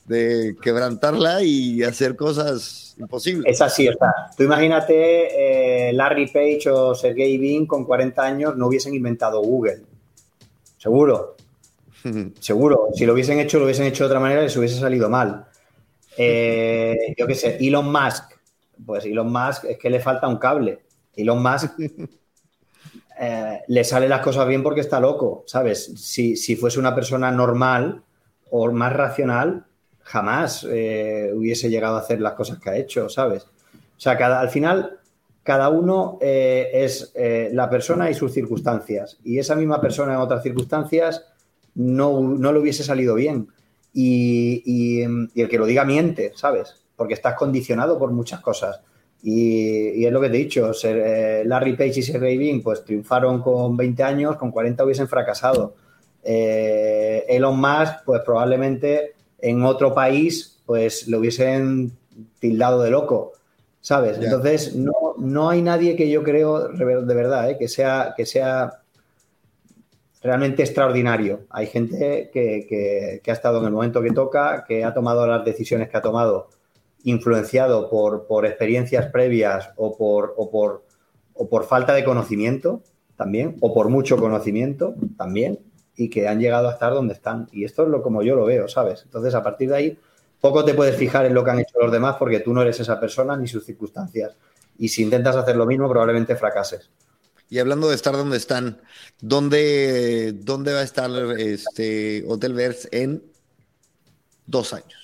de quebrantarla y hacer cosas imposibles. Es así, o sea, tú imagínate eh, Larry Page o Sergey Brin con cuarenta años no hubiesen inventado Google. Seguro. Seguro. Si lo hubiesen hecho, lo hubiesen hecho de otra manera y les hubiese salido mal. Eh, yo qué sé, Elon Musk. Pues Elon Musk es que le falta un cable. Elon Musk eh, le salen las cosas bien porque está loco, ¿sabes? Si, si fuese una persona normal o más racional, jamás eh, hubiese llegado a hacer las cosas que ha hecho, ¿sabes? O sea, cada, al final, cada uno eh, es eh, la persona y sus circunstancias. Y esa misma persona en otras circunstancias no, no le hubiese salido bien. Y, y, y el que lo diga miente, ¿sabes? Porque estás condicionado por muchas cosas. Y, y es lo que te he dicho, ser, eh, Larry Page y Sergey Brin pues triunfaron con veinte años, con cuarenta hubiesen fracasado. Eh, Elon Musk, pues probablemente en otro país pues lo hubiesen tildado de loco, ¿sabes? Yeah. Entonces no, no hay nadie que yo creo de verdad ¿eh? que sea que sea realmente extraordinario. Hay gente que, que, que ha estado en el momento que toca, que ha tomado las decisiones que ha tomado influenciado por, por experiencias previas o por, o, por, o por falta de conocimiento también, o por mucho conocimiento también, y que han llegado a estar donde están. Y esto es lo como yo lo veo, ¿sabes? Entonces, a partir de ahí, poco te puedes fijar en lo que han hecho los demás porque tú no eres esa persona ni sus circunstancias. Y si intentas hacer lo mismo, probablemente fracases. Y hablando de estar donde están, ¿dónde, dónde va a estar este Hotelverse en dos años?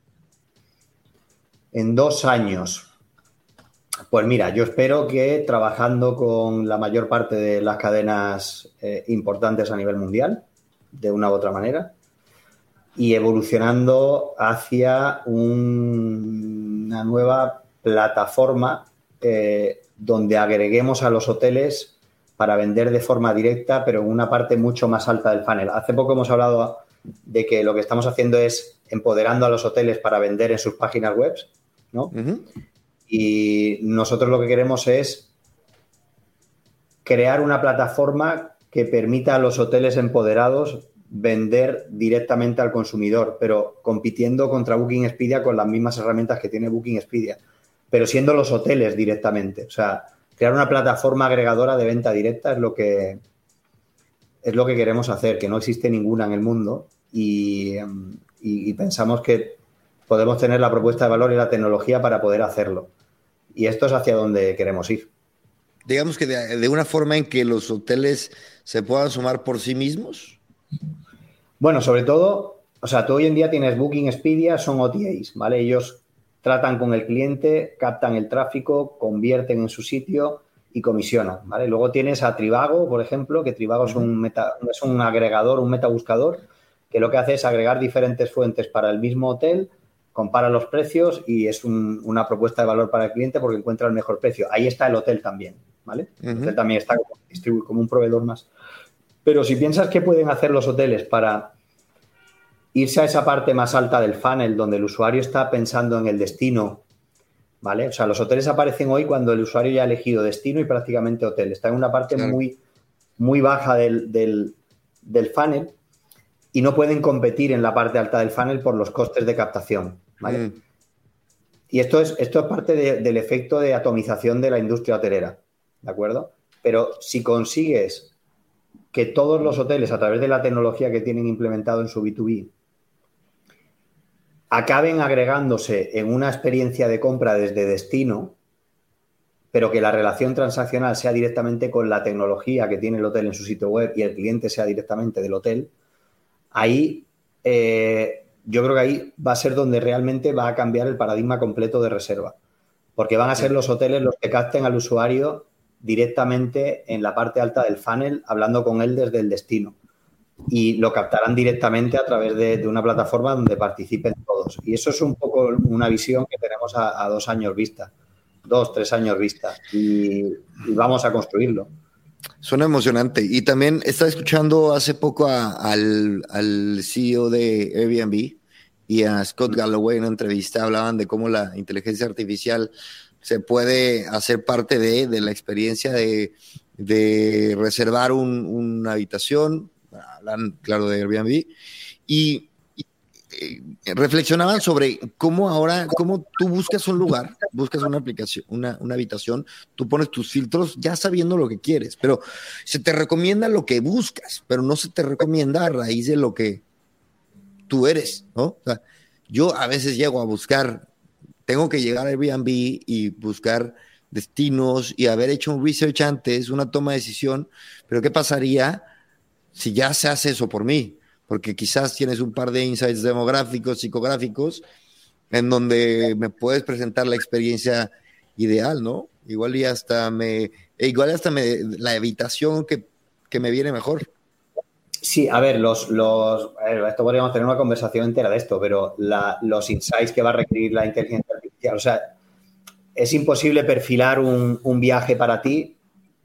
En dos años. Pues mira, yo espero que trabajando con la mayor parte de las cadenas eh, importantes a nivel mundial, de una u otra manera, y evolucionando hacia un, una nueva plataforma eh, donde agreguemos a los hoteles para vender de forma directa, pero en una parte mucho más alta del funnel. Hace poco hemos hablado de que lo que estamos haciendo es empoderando a los hoteles para vender en sus páginas web, ¿no? Uh-huh. Y nosotros lo que queremos es crear una plataforma que permita a los hoteles empoderados vender directamente al consumidor, pero compitiendo contra Booking Expedia con las mismas herramientas que tiene Booking Expedia, pero siendo los hoteles directamente. O sea, crear una plataforma agregadora de venta directa es lo que es lo que queremos hacer, que no existe ninguna en el mundo y, y, y pensamos que podemos tener la propuesta de valor y la tecnología para poder hacerlo. Y esto es hacia donde queremos ir. Digamos que de, de una forma en que los hoteles se puedan sumar por sí mismos. Bueno, sobre todo, o sea, tú hoy en día tienes Booking, Expedia, son O T As, ¿vale? Ellos tratan con el cliente, captan el tráfico, convierten en su sitio y comisionan, ¿vale? Luego tienes a Trivago, por ejemplo, que Trivago uh-huh. es, un meta, es un agregador, un metabuscador, que lo que hace es agregar diferentes fuentes para el mismo hotel, compara los precios y es un, una propuesta de valor para el cliente porque encuentra el mejor precio. Ahí está el hotel también, ¿vale? Uh-huh. El hotel también está como, como un proveedor más. Pero si piensas qué pueden hacer los hoteles para irse a esa parte más alta del funnel donde el usuario está pensando en el destino, ¿vale? O sea, los hoteles aparecen hoy cuando el usuario ya ha elegido destino y prácticamente hotel. Está en una parte claro. muy, muy baja del, del, del funnel y no pueden competir en la parte alta del funnel por los costes de captación, ¿vale? Mm. Y esto es, esto es parte de, del efecto de atomización de la industria hotelera, ¿de acuerdo? Pero si consigues que todos los hoteles, a través de la tecnología que tienen implementado en su B dos B, acaben agregándose en una experiencia de compra desde destino, pero que la relación transaccional sea directamente con la tecnología que tiene el hotel en su sitio web y el cliente sea directamente del hotel, ahí eh, yo creo que ahí va a ser donde realmente va a cambiar el paradigma completo de reserva, porque van a ser los hoteles los que capten al usuario directamente en la parte alta del funnel, hablando con él desde el destino. Y lo captarán directamente a través de, de una plataforma donde participen todos. Y eso es un poco una visión que tenemos a, a dos años vista, dos, tres años vista. Y, y vamos a construirlo. Suena emocionante. Y también estaba escuchando hace poco a, al, al C E O de Airbnb y a Scott Galloway en una entrevista. Hablaban de cómo la inteligencia artificial se puede hacer parte de, de la experiencia de, de reservar un, una habitación. Hablan, claro, de Airbnb. Y, y eh, reflexionaban sobre cómo ahora, cómo tú buscas un lugar, buscas una aplicación, una, una habitación, tú pones tus filtros ya sabiendo lo que quieres, pero se te recomienda lo que buscas, pero no se te recomienda a raíz de lo que tú eres, ¿no? O sea, yo a veces llego a buscar, tengo que llegar a Airbnb y buscar destinos y haber hecho un research antes, una toma de decisión, pero ¿qué pasaría si ya se hace eso por mí? Porque quizás tienes un par de insights demográficos, psicográficos, en donde me puedes presentar la experiencia ideal, ¿no? Igual y hasta me, igual hasta me, la habitación que, que me viene mejor. Sí, a ver, los, los, a ver, esto podríamos tener una conversación entera de esto, pero la, los insights que va a requerir la inteligencia artificial, o sea, es imposible perfilar un, un viaje para ti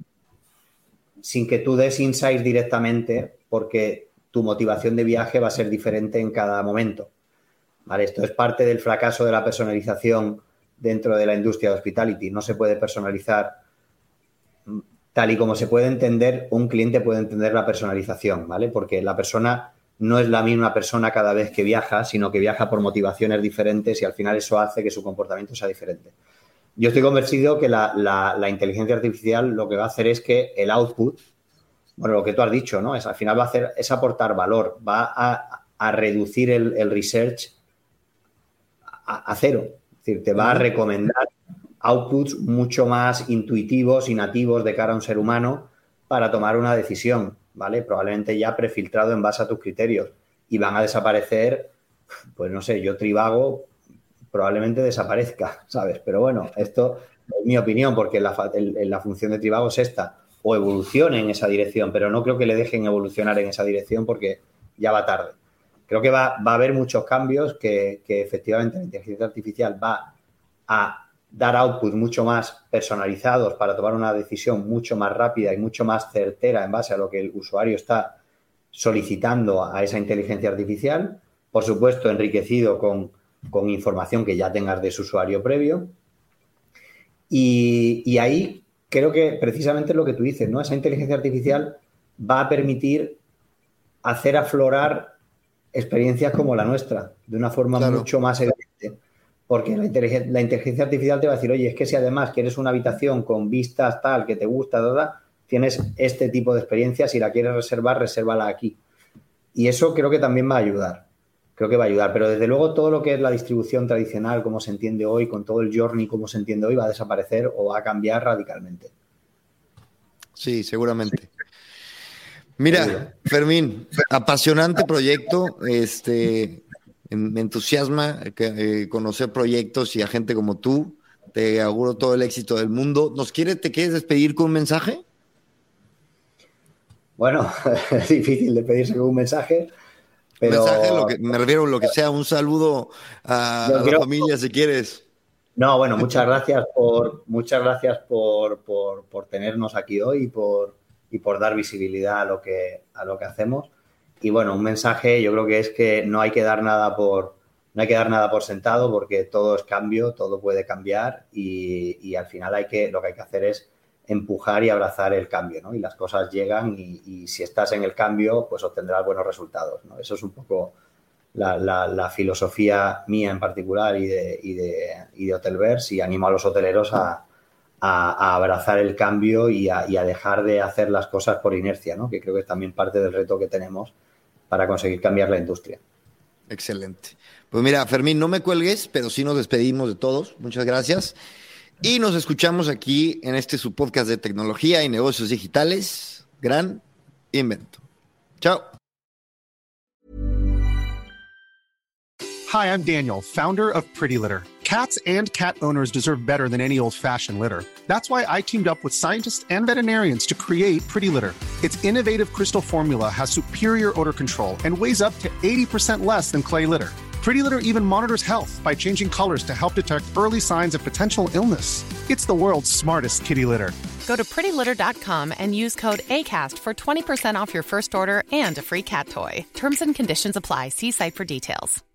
sin que tú des insights directamente, porque tu motivación de viaje va a ser diferente en cada momento. ¿Vale? Esto es parte del fracaso de la personalización dentro de la industria de hospitality. No se puede personalizar tal y como se puede entender, un cliente puede entender la personalización, ¿vale? Porque la persona no es la misma persona cada vez que viaja, sino que viaja por motivaciones diferentes y al final eso hace que su comportamiento sea diferente. Yo estoy convencido que la, la, la inteligencia artificial lo que va a hacer es que el output, bueno, lo que tú has dicho, ¿no? Es, al final va a hacer, es aportar valor, va a, a reducir el, el research a, a cero. Es decir, te va a recomendar outputs mucho más intuitivos y nativos de cara a un ser humano para tomar una decisión, ¿vale? Probablemente ya prefiltrado en base a tus criterios y van a desaparecer, pues no sé, yo Trivago probablemente desaparezca, ¿sabes? Pero bueno, esto es mi opinión porque la, el, la función de Trivago es esta, o evolucione en esa dirección, pero no creo que le dejen evolucionar en esa dirección porque ya va tarde. Creo que va, va a haber muchos cambios que, que efectivamente la inteligencia artificial va a dar outputs mucho más personalizados para tomar una decisión mucho más rápida y mucho más certera en base a lo que el usuario está solicitando a esa inteligencia artificial, por supuesto enriquecido con, con información que ya tengas de su usuario previo. Y, y ahí creo que precisamente es lo que tú dices, ¿no? Esa inteligencia artificial va a permitir hacer aflorar experiencias como la nuestra, de una forma claro. mucho más evidente. Porque la inteligencia, la inteligencia artificial te va a decir, oye, es que si además quieres una habitación con vistas tal, que te gusta, toda, tienes este tipo de experiencia, si la quieres reservar, resérvala aquí. Y eso creo que también va a ayudar. Creo que va a ayudar. Pero desde luego todo lo que es la distribución tradicional, como se entiende hoy, con todo el journey como se entiende hoy, va a desaparecer o va a cambiar radicalmente. Sí, seguramente. Mira, Fermín, apasionante proyecto. Este, me entusiasma eh, conocer proyectos y a gente como tú. Te auguro todo el éxito del mundo. ¿Nos quiere, te quieres despedir con un mensaje? Bueno, es difícil despedirse con un mensaje. Pero... mensaje, lo que, me refiero a lo que sea, un saludo a, a la familia si quieres. No, bueno, muchas gracias por muchas gracias por, por, por tenernos aquí hoy y por, y por dar visibilidad a lo que a lo que hacemos. Y bueno, un mensaje yo creo que es que no hay que dar nada por no hay que dar nada por sentado porque todo es cambio, todo puede cambiar y, y al final hay que lo que hay que hacer es empujar y abrazar el cambio, ¿no? Y las cosas llegan y, y si estás en el cambio, pues obtendrás buenos resultados, ¿no? Eso es un poco la, la, la filosofía mía en particular y de, y de, y de Hotelverse, y animo a los hoteleros a, a, a abrazar el cambio y a, y a dejar de hacer las cosas por inercia, ¿no? Que creo que es también parte del reto que tenemos para conseguir cambiar la industria. Excelente. Pues mira, Fermín, no me cuelgues, pero sí nos despedimos de todos. Muchas gracias. Y nos escuchamos aquí en este su podcast de tecnología y negocios digitales. Gran Invento. Chao. Hi, I'm Daniel, founder of Pretty Litter. Cats and cat owners deserve better than any old-fashioned litter. That's why I teamed up with scientists and veterinarians to create Pretty Litter. Its innovative crystal formula has superior odor control and weighs up to eighty percent less than clay litter. Pretty Litter even monitors health by changing colors to help detect early signs of potential illness. It's the world's smartest kitty litter. Go to pretty litter dot com and use code ACAST for twenty percent off your first order and a free cat toy. Terms and conditions apply. See site for details.